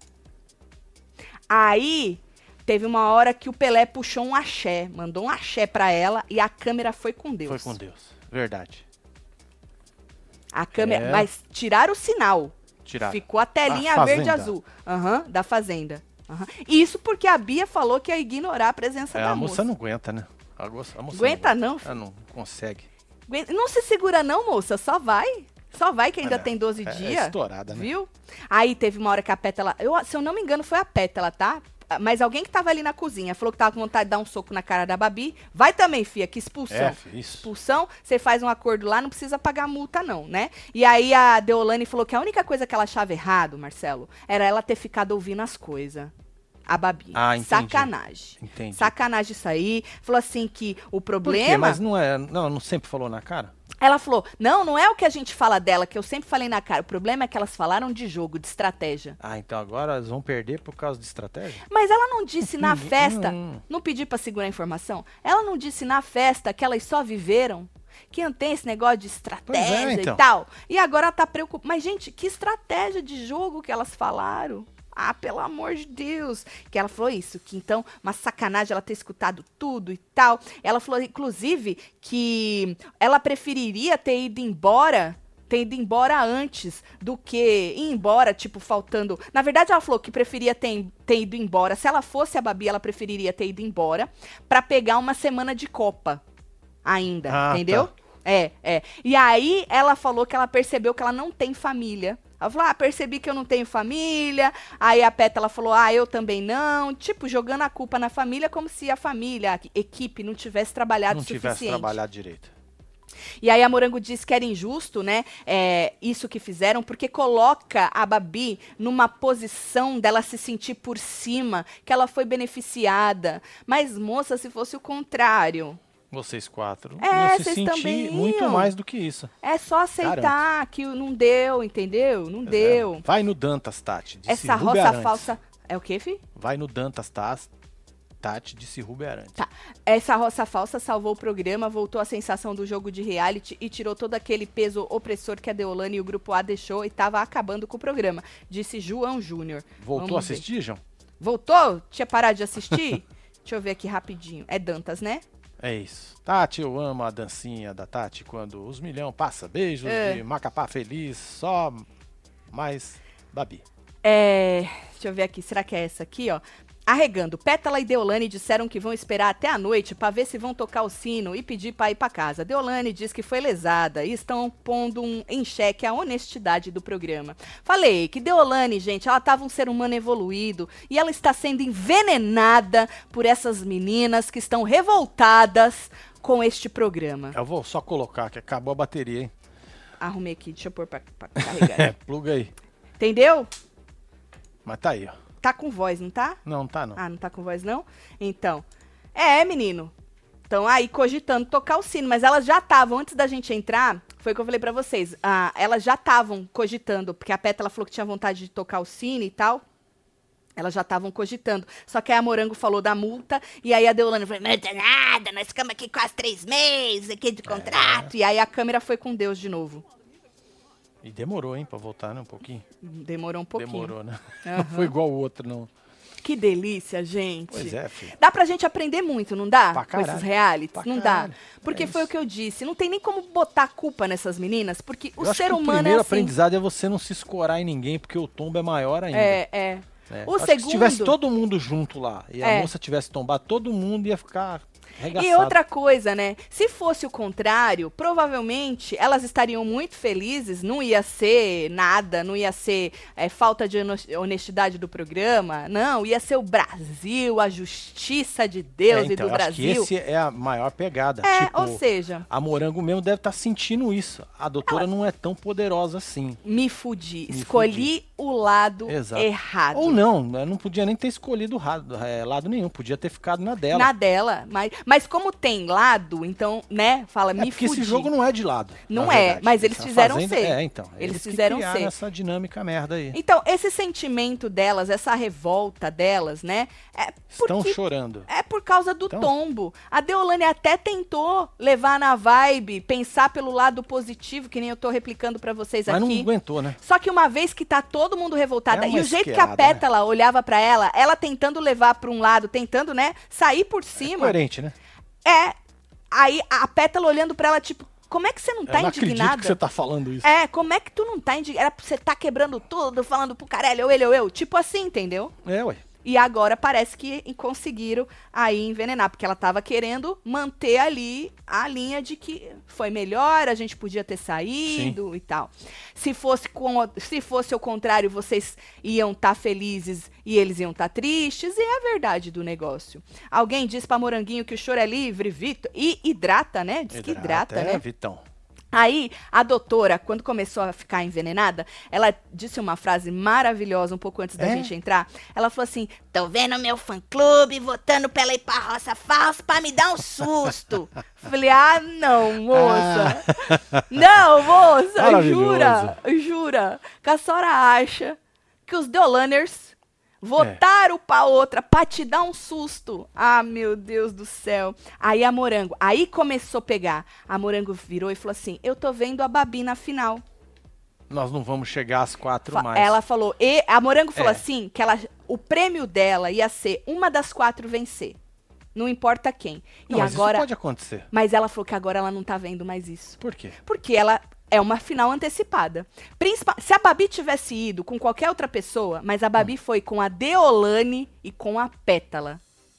Aí, teve uma hora que o Pelé puxou um axé, mandou um axé pra ela e a câmera foi com Deus. Foi com Deus, verdade. A câmera, é. Mas tiraram o sinal. Tiraram. Ficou a telinha verde e azul. Aham, uhum, da Fazenda. Uhum. Isso porque a Bia falou que ia ignorar a presença é, da a moça. moça. não aguenta, né? A moça, a moça aguenta não? Ela não consegue. Aguenta, não se segura não, moça. Só vai. Só vai que ainda é, tem doze é, dias. É estourada, né? Viu? Aí teve uma hora que a Pétala... Eu, se eu não me engano, foi a Pétala, tá? Mas alguém que tava ali na cozinha falou que tava com vontade de dar um soco na cara da Babi. Vai também, fia, que expulsão. É, filho, isso. Expulsão, você faz um acordo lá, não precisa pagar multa não, né? E aí a Deolane falou que a única coisa que ela achava errado, Marcelo, era ela ter ficado ouvindo as coisas. A Babi. Ah, entendi. Sacanagem. Entendi. Sacanagem isso aí. Falou assim que o problema... Por quê? Mas não é... Não, não sempre falou na cara? Ela falou, não, não é o que a gente fala dela, que eu sempre falei na cara. O problema é que elas falaram de jogo, de estratégia. Ah, então agora elas vão perder por causa de estratégia? Mas ela não disse na festa... Hum. Não pedi pra segurar a informação? Ela não disse na festa que elas só viveram... Que não tem esse negócio de estratégia é, então. e tal. E agora ela tá preocupada. Mas, gente, que estratégia de jogo que elas falaram? Ah, pelo amor de Deus. Que ela falou isso, que então, uma sacanagem ela ter escutado tudo e tal. Ela falou, inclusive, que ela preferiria ter ido embora, ter ido embora antes do que ir embora, tipo, faltando... Na verdade, ela falou que preferia ter, ter ido embora. Se ela fosse a Babi, ela preferiria ter ido embora pra pegar uma semana de Copa ainda, ah, entendeu? Tá. É, é. E aí, ela falou que ela percebeu que ela não tem família. Ela falou, ah, percebi que eu não tenho família. Aí a Pétala falou, ah, eu também não. Tipo, jogando a culpa na família como se a família, a equipe, não tivesse trabalhado o suficiente. Não tivesse trabalhado direito. E aí a Morango disse que era injusto, né, é, isso que fizeram, porque coloca a Babi numa posição dela se sentir por cima, que ela foi beneficiada. Mas, moça, se fosse o contrário... Vocês quatro. É, eu se senti também muito mais do que isso. É só aceitar Garanto. Que não deu, entendeu? Não pois deu. É. Vai no Dantas, Tati. Essa roça Arantes. Falsa... É o quê, fi? Vai no Dantas, Tati, disse Rubem Arantes. Tá. Essa roça falsa salvou o programa, voltou a sensação do jogo de reality e tirou todo aquele peso opressor que a Deolane e o Grupo A deixou e tava acabando com o programa, disse João Júnior. Voltou Vamos a assistir, ver. João? Voltou? Tinha parado de assistir? Deixa eu ver aqui rapidinho. É Dantas, né? É isso. Tati, eu amo a dancinha da Tati quando os milhão passa. Beijos é. de Macapá feliz, só mais Babi. É, deixa eu ver aqui, será que é essa aqui, ó? Arregando, Pétala e Deolane disseram que vão esperar até a noite pra ver se vão tocar o sino e pedir pra ir pra casa. Deolane diz que foi lesada e estão pondo um, em xeque a honestidade do programa. Falei que Deolane, gente, ela tava um ser humano evoluído e ela está sendo envenenada por essas meninas que estão revoltadas com este programa. Eu vou só colocar que acabou a bateria, hein? arrumei aqui, deixa eu pôr pra, pra carregar. É, pluga aí. Entendeu? Mas tá aí, ó. Tá com voz, não tá? Não, não tá não. Ah, não tá com voz, não? Então, é, menino. Estão aí cogitando tocar o sino, mas elas já estavam, antes da gente entrar, foi o que eu falei pra vocês, ah, elas já estavam cogitando, porque a Pétala falou que tinha vontade de tocar o sino e tal. Elas já estavam cogitando. Só que aí a Morango falou da multa, e aí a Deolane falou, não é nada, nós ficamos aqui quase três meses aqui de contrato. É. E aí a câmera foi com Deus de novo. E demorou, hein, pra voltar, né, um pouquinho. Demorou um pouquinho. Demorou, né? Uhum. Não foi igual o outro, não. Que delícia, gente. Pois é, filho. Dá pra gente aprender muito, não dá? Pra com esses realities? Pra não caralho. dá. Porque é foi o que eu disse. Não tem nem como botar a culpa nessas meninas, porque eu o ser humano é assim. O primeiro aprendizado é você não se escorar em ninguém, porque o tombo é maior ainda. É, é. é. O Acho segundo... que se tivesse todo mundo junto lá e é. a moça tivesse tombado, todo mundo ia ficar... Regaçado. E outra coisa, né? Se fosse o contrário, provavelmente elas estariam muito felizes, não ia ser nada, não ia ser é, falta de honestidade do programa, não, ia ser o Brasil, a justiça de Deus é, então, e do acho Brasil. Que esse é a maior pegada. É, tipo, ou seja... A Morango mesmo deve estar tá sentindo isso. A doutora ela... não é tão poderosa assim. Me fudi. Me Escolhi fudi. o lado Exato. errado. Ou não, não podia nem ter escolhido lado, é, lado nenhum, podia ter ficado na dela. Na dela, mas... Mas como tem lado, então, né, fala, é me porque fudi. esse jogo não é de lado. Não é, verdade. mas eles Essa fizeram fazenda, ser. É, então. Eles, eles fizeram que ser. essa dinâmica merda aí. Então, esse sentimento delas, essa revolta delas, né, é Estão chorando. É por causa do então... tombo. A Deolane até tentou levar na vibe, pensar pelo lado positivo, que nem eu tô replicando pra vocês mas aqui. Mas não aguentou, né? Só que uma vez que tá todo mundo revoltado, é e o jeito que a Pétala né? olhava pra ela, ela tentando levar pra um lado, tentando, né, sair por cima. É coerente, né? É, aí a Pétala olhando pra ela, tipo, como é que você não tá eu não indignada? Acredito que você tá falando isso. É, como é que tu não tá indignada? Você tá quebrando tudo, falando pro Carelli, ou ele ou eu. Tipo assim, entendeu? É, ué. E agora parece que conseguiram aí envenenar, porque ela tava querendo manter ali a linha de que foi melhor, a gente podia ter saído Sim. e tal. Se fosse, com, se fosse o contrário, vocês iam estar tá felizes e eles iam estar tá tristes, e é a verdade do negócio. Alguém diz pra Moranguinho que o choro é livre, Vitor, e hidrata, né? Diz que hidrata, é, né? Vitão. Aí, a doutora, quando começou a ficar envenenada, ela disse uma frase maravilhosa um pouco antes da é? gente entrar. Ela falou assim, tô vendo meu fã-clube votando pra ela ir pra roça falsa pra me dar um susto. Falei, ah, não, moça. Ah. Não, moça, jura, jura. Que a senhora acha que os Deolaners votaram é. pra outra pra te dar um susto. Ah, meu Deus do céu. Aí a Morango, aí começou a pegar. A Morango virou e falou assim, eu tô vendo a Babi na final. Nós não vamos chegar às quatro Fa mais. Ela falou, e a Morango falou é. assim, que ela, o prêmio dela ia ser uma das quatro vencer. Não importa quem. Não, e mas agora, isso pode acontecer. Mas ela falou que agora ela não tá vendo mais isso. Por quê? Porque ela... é uma final antecipada. Principal, se a Babi tivesse ido com qualquer outra pessoa, mas a Babi hum. foi com a Deolane e com a Pétala.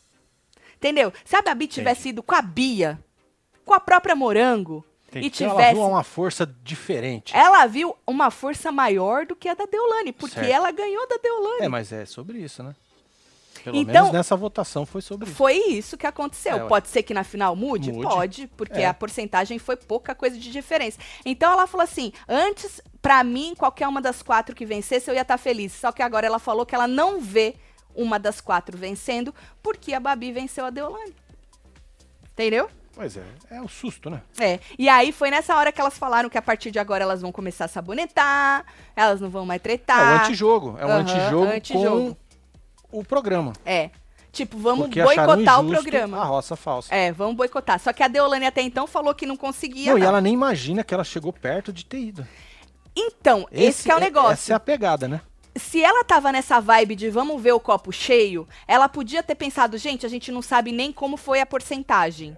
Entendeu? Se a Babi tivesse Entendi. ido com a Bia, com a própria Morango, Entendi. e tivesse... Ela viu uma força diferente. Ela viu uma força maior do que a da Deolane, porque certo. ela ganhou da Deolane. É, mas é sobre isso, né? Pelo então, menos nessa votação foi sobre isso. Foi isso que aconteceu. É, pode ser que na final mude? mude. Pode, porque é. a porcentagem foi pouca coisa de diferença. Então ela falou assim, antes, pra mim, qualquer uma das quatro que vencesse, eu ia estar feliz. Só que agora ela falou que ela não vê uma das quatro vencendo, porque a Babi venceu a Deolane. Entendeu? Pois é, é o susto, né? É, e aí foi nessa hora que elas falaram que a partir de agora elas vão começar a sabonetar, elas não vão mais tretar. É um antijogo, é um uhum, antijogo, antijogo com o programa. É. Tipo, vamos Porque boicotar o programa. A roça falsa. É, vamos boicotar. Só que a Deolane até então falou que não conseguia. Não, não. E ela nem imagina que ela chegou perto de ter ido. Então, esse, esse que é o negócio. Essa é a pegada, né? Se ela tava nessa vibe de vamos ver o copo cheio, ela podia ter pensado, gente, a gente não sabe nem como foi a porcentagem.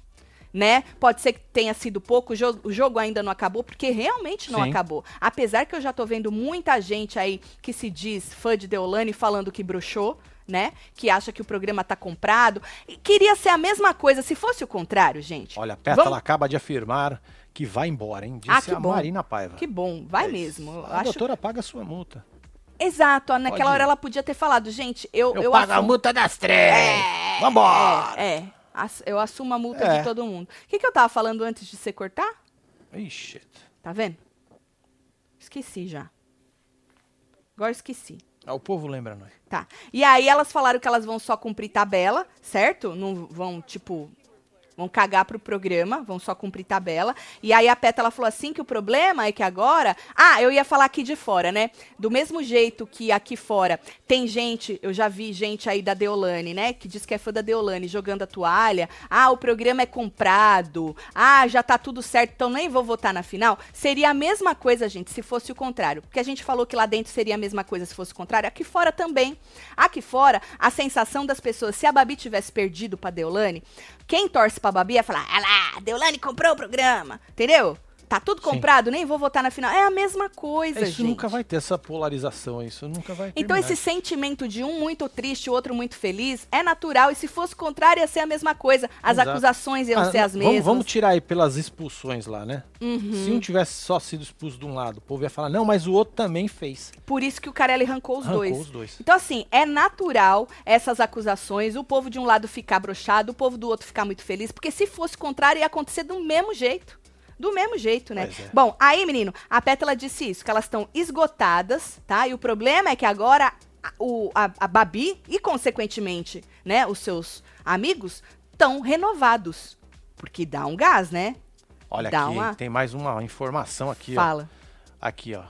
Né? Pode ser que tenha sido pouco, o jogo, o jogo ainda não acabou, porque realmente não Sim. acabou. Apesar que eu já tô vendo muita gente aí que se diz fã de Deolane falando que bruxou, né? Que acha que o programa tá comprado. E queria ser a mesma coisa, se fosse o contrário, gente. Olha, a Pétala Vamos... acaba de afirmar que vai embora, hein? Disse ah, que a bom. Marina Paiva. Que bom, vai é mesmo. A acho... doutora paga a sua multa. Exato, ó, naquela Pode hora ir. ela podia ter falado, gente, eu... Eu, eu pago assumo... a multa das três, é, vambora! É, é, eu assumo a multa é. de todo mundo. O que, que eu tava falando antes de você cortar? Ixi. Tá vendo? Esqueci já. Agora esqueci. Ah, o povo lembra, nós. Tá. E aí elas falaram que elas vão só cumprir tabela, certo? Não vão, tipo... Vão cagar pro programa, vão só cumprir tabela. E aí a Pétala falou assim que o problema é que agora... Ah, eu ia falar aqui de fora, né? Do mesmo jeito que aqui fora tem gente, eu já vi gente aí da Deolane, né? Que diz que é fã da Deolane, jogando a toalha. Ah, o programa é comprado. Ah, já tá tudo certo, então nem vou votar na final. Seria a mesma coisa, gente, se fosse o contrário. Porque a gente falou que lá dentro seria a mesma coisa se fosse o contrário. Aqui fora também. Aqui fora, a sensação das pessoas, se a Babi tivesse perdido pra Deolane... Quem torce pra Babi ia falar, ah lá, Deolane comprou o programa, entendeu? Tá tudo comprado, Sim. nem vou votar na final. É a mesma coisa, isso gente. Isso nunca vai ter, essa polarização, isso nunca vai ter. Então esse sentimento de um muito triste, o outro muito feliz, é natural. E se fosse o contrário, ia ser a mesma coisa. As Exato. acusações iam ah, ser as vamos, mesmas. Vamos tirar aí pelas expulsões lá, né? Uhum. Se um tivesse só sido expulso de um lado, o povo ia falar, não, mas o outro também fez. Por isso que o Carelli arrancou os arrancou dois. os dois. Então assim, é natural essas acusações, o povo de um lado ficar broxado, o povo do outro ficar muito feliz. Porque se fosse o contrário, ia acontecer do mesmo jeito. Do mesmo jeito, né? É. Bom, aí, menino, a Pétala disse isso, que elas estão esgotadas, tá? E o problema é que agora a, o, a, a Babi e, consequentemente, né, os seus amigos estão renovados. Porque dá um gás, né? Olha dá aqui, uma... tem mais uma informação aqui, Fala. ó. Aqui, ó.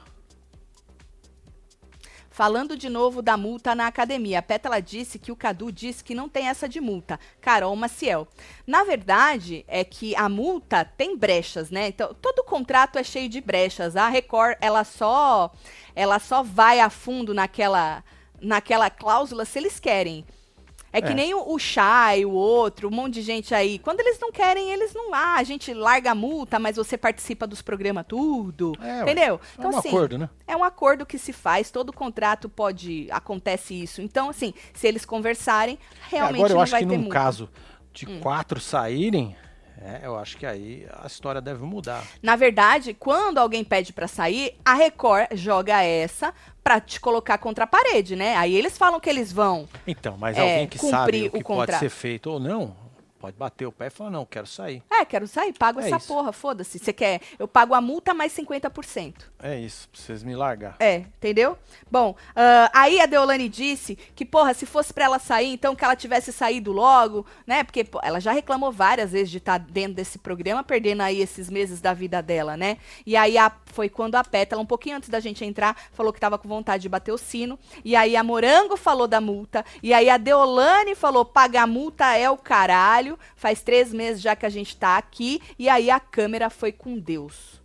Falando de novo da multa na academia, a Pétala disse que o Cadu disse que não tem essa de multa. Carol Maciel. Na verdade, é que a multa tem brechas, né? Então, todo contrato é cheio de brechas. A Record, ela só, ela só vai a fundo naquela, naquela cláusula se eles querem. É que é. nem o, o Chay, o outro, um monte de gente aí. Quando eles não querem, eles não... Ah, a gente larga a multa, mas você participa dos programas tudo. É, entendeu? Então, é um assim, acordo, né? É um acordo que se faz. Todo contrato pode... Acontece isso. Então, assim, se eles conversarem, realmente Agora, eu não acho vai que ter num multa. caso de Hum. quatro saírem... É, eu acho que aí a história deve mudar. Na verdade, quando alguém pede pra sair, a Record joga essa pra te colocar contra a parede, né? Aí eles falam que eles vão Então, mas é, alguém que sabe o que o pode ser feito ou não, pode bater o pé e falar, não, quero sair. É, quero sair, pago é essa isso. porra, foda-se. Você quer, eu pago a multa mais cinquenta por cento. É isso, pra vocês me largar. É, entendeu? Bom, uh, aí a Deolane disse que, porra, se fosse pra ela sair, então que ela tivesse saído logo, né? Porque pô, ela já reclamou várias vezes de estar dentro desse programa, perdendo aí esses meses da vida dela, né? E aí a, foi quando a Pétala, um pouquinho antes da gente entrar, falou que tava com vontade de bater o sino. E aí a Morango falou da multa. E aí a Deolane falou, pagar multa é o caralho. Faz três meses já que a gente tá aqui. E aí a câmera foi com Deus.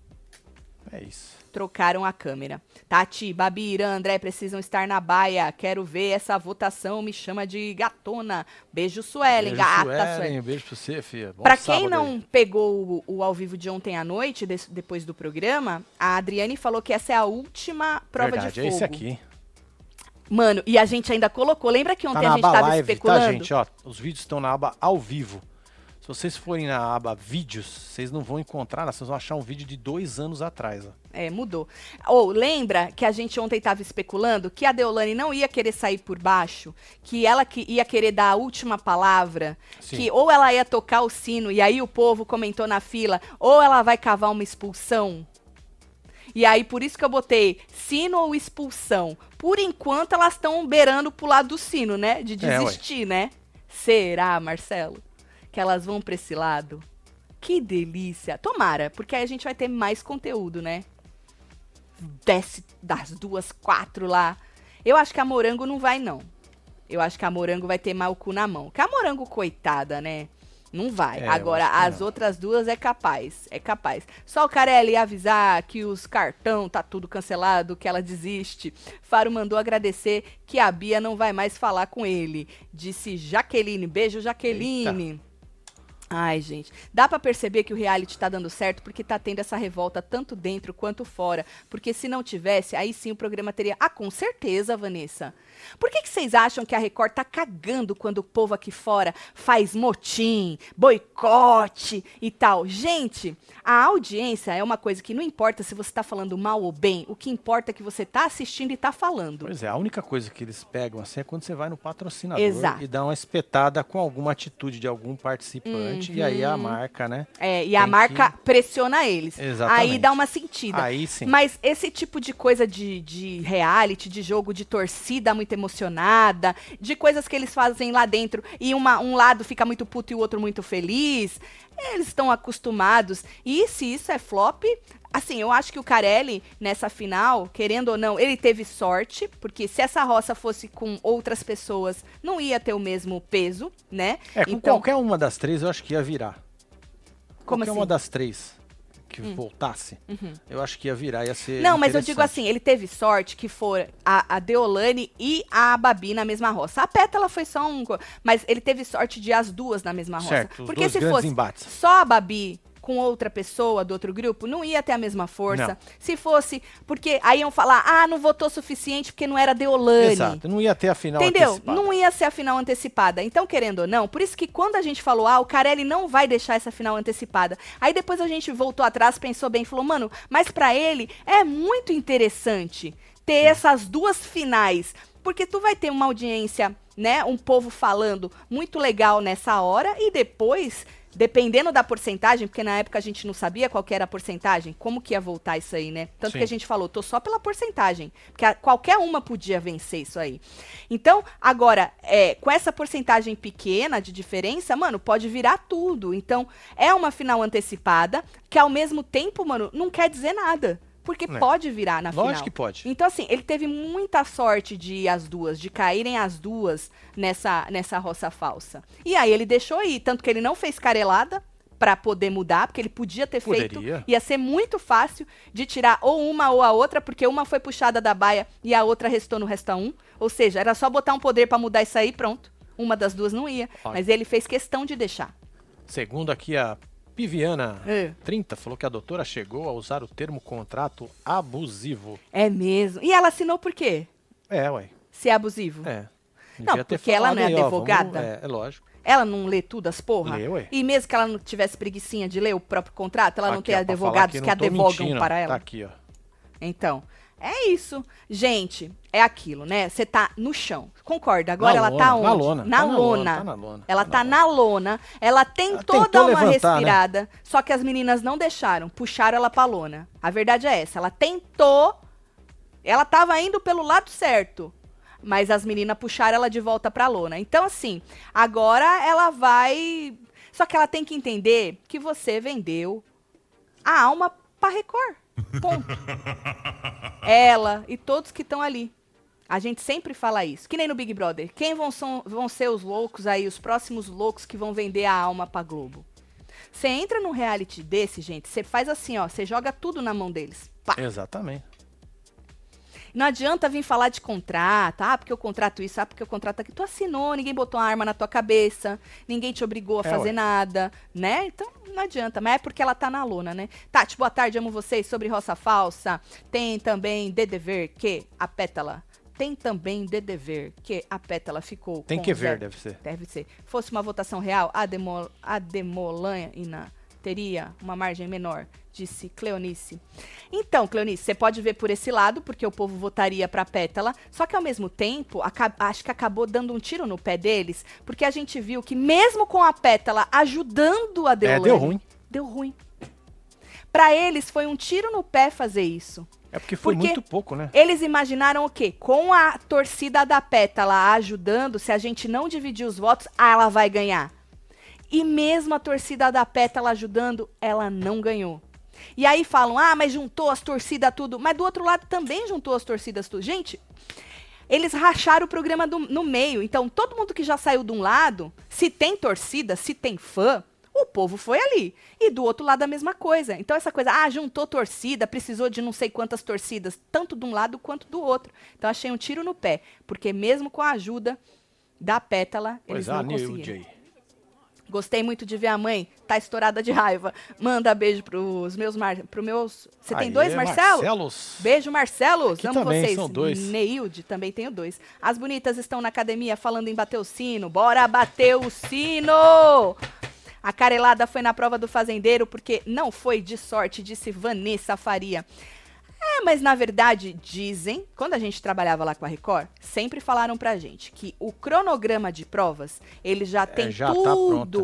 É isso. Trocaram a câmera. Tati, Babi, Irã, André precisam estar na baia. Quero ver essa votação. Me chama de gatona. Beijo, Suelen. Beijo, Gata, Suelen. Suelen. Beijo pra você, filha. Bom pra quem não aí. pegou o, o ao vivo de ontem à noite, de, depois do programa, a Adriane falou que essa é a última prova Verdade, de fogo. É esse aqui. Mano, e a gente ainda colocou. Lembra que ontem tá a gente tava live, especulando? Tá, gente? Ó, os vídeos estão na aba ao vivo. Se vocês forem na aba vídeos, vocês não vão encontrar, vocês vão achar um vídeo de dois anos atrás. Ó. É, mudou. Ou oh, lembra que a gente ontem estava especulando que a Deolane não ia querer sair por baixo, que ela que ia querer dar a última palavra, Sim. que ou ela ia tocar o sino, e aí o povo comentou na fila, ou ela vai cavar uma expulsão. E aí, por isso que eu botei sino ou expulsão. Por enquanto, elas estão beirando pro lado do sino, né? De desistir, é, né? Será, Marcelo? Que elas vão pra esse lado? Que delícia. Tomara, porque aí a gente vai ter mais conteúdo, né? Desce das duas, quatro lá. Eu acho que a Morango não vai, não. Eu acho que a Morango vai ter mal o cu na mão. Que a Morango, coitada, né? Não vai. É, Agora, as não. outras duas é capaz. É capaz. Só o Carelli avisar que os cartão tá tudo cancelado, que ela desiste. Faro mandou agradecer que a Bia não vai mais falar com ele. Disse Jaqueline. Beijo, Jaqueline. Eita. Ai, gente, dá pra perceber que o reality tá dando certo porque tá tendo essa revolta tanto dentro quanto fora. Porque se não tivesse, aí sim o programa teria... Ah, com certeza, Vanessa. Por que que vocês acham que a Record tá cagando quando o povo aqui fora faz motim, boicote e tal? Gente, a audiência é uma coisa que não importa se você tá falando mal ou bem, o que importa é que você tá assistindo e tá falando. Pois é, a única coisa que eles pegam assim é quando você vai no patrocinador Exato. e dá uma espetada com alguma atitude de algum participante. frente, uhum. e aí a marca, né? É, e a marca que... pressiona eles. Exatamente. Aí dá uma sentida. Aí sim. Mas esse tipo de coisa de, de reality, de jogo de torcida muito emocionada, de coisas que eles fazem lá dentro e uma, um lado fica muito puto e o outro muito feliz, eles estão acostumados. E se isso é flop... Assim, eu acho que o Carelli, nessa final, querendo ou não, ele teve sorte, porque se essa roça fosse com outras pessoas, não ia ter o mesmo peso, né? É, com então, qualquer uma das três, eu acho que ia virar. Como qualquer assim? uma das três que hum. voltasse, uhum. eu acho que ia virar, ia ser Não, mas eu digo assim, ele teve sorte que for a, a Deolane e a Babi na mesma roça. A Pétala foi só um... Mas ele teve sorte de as duas na mesma roça. Certo, porque se fosse embates. só a Babi... com outra pessoa do outro grupo, não ia ter a mesma força. Não. Se fosse, porque aí iam falar, ah, não votou suficiente porque não era Deolane. Exato, não ia ter a final Entendeu? antecipada. Não ia ser a final antecipada. Então, querendo ou não, por isso que quando a gente falou, ah, o Carelli não vai deixar essa final antecipada. Aí depois a gente voltou atrás, pensou bem, falou, mano, mas pra ele é muito interessante ter Sim. essas duas finais, porque tu vai ter uma audiência, né, um povo falando muito legal nessa hora e depois... Dependendo da porcentagem, porque na época a gente não sabia qual que era a porcentagem, como que ia voltar isso aí, né? Tanto Sim. que a gente falou, tô só pela porcentagem, porque a, qualquer uma podia vencer isso aí. Então, agora, é, com essa porcentagem pequena de diferença, mano, pode virar tudo. Então, é uma final antecipada, que ao mesmo tempo, mano, não quer dizer nada. Porque é. pode virar na Lógico final. Lógico que pode. Então, assim, ele teve muita sorte de ir as duas, de caírem as duas nessa, nessa roça falsa. E aí ele deixou ir, tanto que ele não fez carelada pra poder mudar, porque ele podia ter Poderia. feito. Ia ser muito fácil de tirar ou uma ou a outra, porque uma foi puxada da baia e a outra restou no resta um. Ou seja, era só botar um poder pra mudar isso aí e pronto. Uma das duas não ia. Olha. Mas ele fez questão de deixar. Segundo aqui a Piviana, é. trinta, falou que a doutora chegou a usar o termo contrato abusivo. É mesmo. E ela assinou por quê? É, ué. Se é abusivo? É. Não, porque ela não é aí, ó, advogada. Vamos, é, é lógico. Ela não lê tudo as porra? Lê, ué. E mesmo que ela não tivesse preguicinha de ler o próprio contrato, ela aqui, não tem ó, advogados que, que advogam mentindo, para ela? Tá aqui, ó. Então, é isso. Gente, é aquilo, né? Você tá no chão. Concorda? Agora na ela lona, tá onde? Na lona. Na, tá lona. na lona. Tá na lona. Ela tá, tá na, na lona. lona. Ela tentou ela dar uma levantar, respirada, né? Só que as meninas não deixaram. Puxaram ela pra lona. A verdade é essa. Ela tentou. Ela tava indo pelo lado certo. Mas as meninas puxaram ela de volta pra lona. Então, assim, agora ela vai... Só que ela tem que entender que você vendeu a alma pra Record. Ponto. Ela e todos que estão ali. A gente sempre fala isso. Que nem no Big Brother. Quem vão, são, vão ser os loucos aí, os próximos loucos que vão vender a alma pra Globo? Você entra num reality desse, gente, você faz assim, ó. Você joga tudo na mão deles. Pá. Exatamente. Não adianta vir falar de contrato, ah, porque eu contrato isso, ah, porque eu contrato aquilo. Tu assinou, ninguém botou uma arma na tua cabeça, ninguém te obrigou a é, fazer ué. nada, né? Então, não adianta, mas é porque ela tá na lona, né? Tati, boa tarde, amo vocês. Sobre Roça Falsa, tem também De Dever, que a Pétala. Tem também De Dever, que a Pétala ficou Tem com que ver, zero. deve ser. Deve ser. Fosse uma votação real, a, Demo, a Demolana teria uma margem menor, disse Cleonice. Então, Cleonice, você pode ver por esse lado, porque o povo votaria pra Pétala, só que ao mesmo tempo, acho que acabou dando um tiro no pé deles, porque a gente viu que mesmo com a Pétala ajudando a Deolane... É, deu ruim. Deu ruim. Pra eles foi um tiro no pé fazer isso. É porque foi porque muito pouco, né? Eles imaginaram o quê? Com a torcida da Pétala ajudando, se a gente não dividir os votos, ah, ela vai ganhar. E mesmo a torcida da Pétala ajudando, ela não ganhou. E aí falam, ah, mas juntou as torcidas tudo. Mas do outro lado também juntou as torcidas tudo. Gente, eles racharam o programa do, no meio. Então, todo mundo que já saiu de um lado, se tem torcida, se tem fã, o povo foi ali. E do outro lado a mesma coisa. Então, essa coisa, ah, juntou torcida, precisou de não sei quantas torcidas, tanto de um lado quanto do outro. Então, achei um tiro no pé. Porque mesmo com a ajuda da Pétala, eles pois não é, conseguiram. Gostei muito de ver a mãe, tá estourada de raiva. Manda beijo pros meus... Mar... Pro meus... Você tem Aê, dois, Marcelo? Marcelos. Beijo, Marcelos. Aqui Amo também vocês. São dois. Neilde, também tenho dois. As bonitas estão na academia falando em bater o sino. Bora bater o sino! A carelada foi na prova do fazendeiro porque não foi de sorte, disse Vanessa Faria. É, mas na verdade, dizem, quando a gente trabalhava lá com a Record, sempre falaram pra gente que o cronograma de provas, ele já tem é, já tudo tá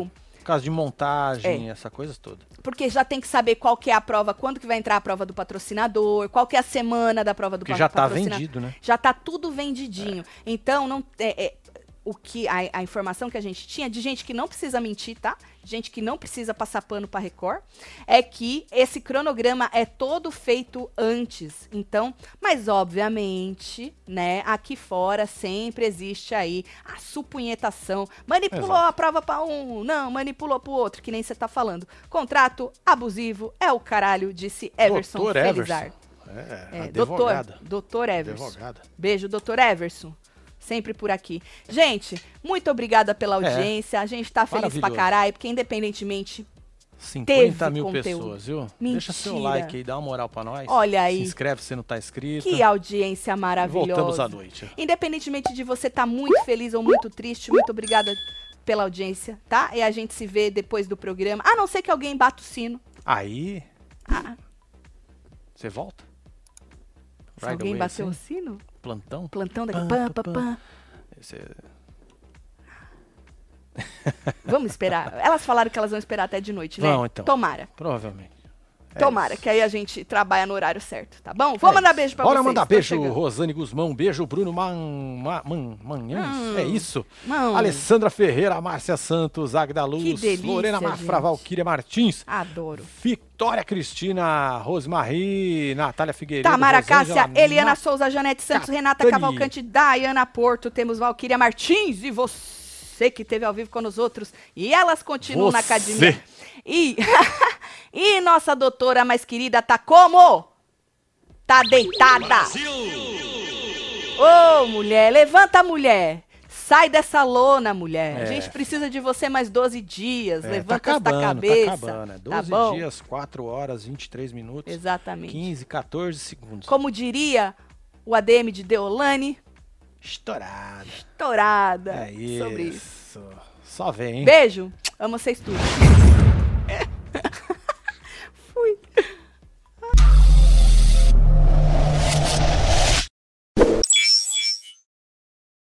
causa de montagem, É. essa coisa toda. Porque já tem que saber qual que é a prova, quando que vai entrar a prova do patrocinador, qual que é a semana da prova do Porque já tá patrocinador. vendido, né? Já tá tudo vendidinho. Então, não é, é, o que a, a informação que a gente tinha de gente que não precisa mentir, tá? Gente que não precisa passar pano pra Record, é que esse cronograma é todo feito antes. Então, mas obviamente, né, aqui fora sempre existe aí a supunhetação. Manipulou Exato. a prova pra um, não, manipulou pro outro, que nem você tá falando. Contrato abusivo é o caralho, disse Everson Doutor Felizardo. Everson. É, É, advogada. doutor, doutor Everson. Advogada. Beijo, doutor Everson. Sempre por aqui. Gente, muito obrigada pela audiência. A gente tá feliz pra Maravilhoso. caralho, porque independentemente cinquenta teve mil conteúdo. pessoas, viu? Mentira. Deixa seu like aí, dá uma moral pra nós. Olha Se aí. inscreve se não tá inscrito. Que audiência maravilhosa. Voltamos à noite. Independentemente de você estar muito feliz ou muito triste, muito obrigada pela audiência, tá? E a gente se vê depois do programa. A não ser que alguém bata o sino. Aí, Ah, você volta? se Right alguém away, bateu assim? o sino, Plantão? plantão daqui. Pam, Pam, pam, pam, pam. Esse é- Vamos esperar. Elas falaram que elas vão esperar até de noite, né? Vão, então. Tomara. Provavelmente. É Tomara, isso. que aí a gente trabalha no horário certo, tá bom? Vou É mandar isso. beijo pra Bora vocês. mandar tô beijo, chegando. Rosane Guzmão. Beijo, Bruno Man, Man, Man, Manhães. Hum. É isso. Não. Alessandra Ferreira, Márcia Santos, Agda Luz, Que delícia, Lorena Mafra, gente. Valquíria Martins, Adoro. Vitória Cristina, Rosmarie, Natália Figueiredo, Tamara Cássia, Rosângela, Eliana Na- Souza, Janete Santos, Renata Catani. Cavalcante, Dayana Porto, temos Valquíria Martins e você que esteve ao vivo com os outros. E elas continuam na Você. academia. E, e nossa doutora mais querida tá como? Tá deitada. Ô, mulher, levanta, mulher. Sai dessa lona, mulher. É. A gente precisa de você mais doze dias. É, Levanta tá acabando, essa cabeça. Tá acabando, é Tá doze bom? dias, quatro horas, vinte e três minutos, Exatamente. quinze, quatorze segundos. Como diria o A D M de Deolane, Estourada. estourada É isso. sobre isso. Só vem, hein? Beijo, amo vocês tudo.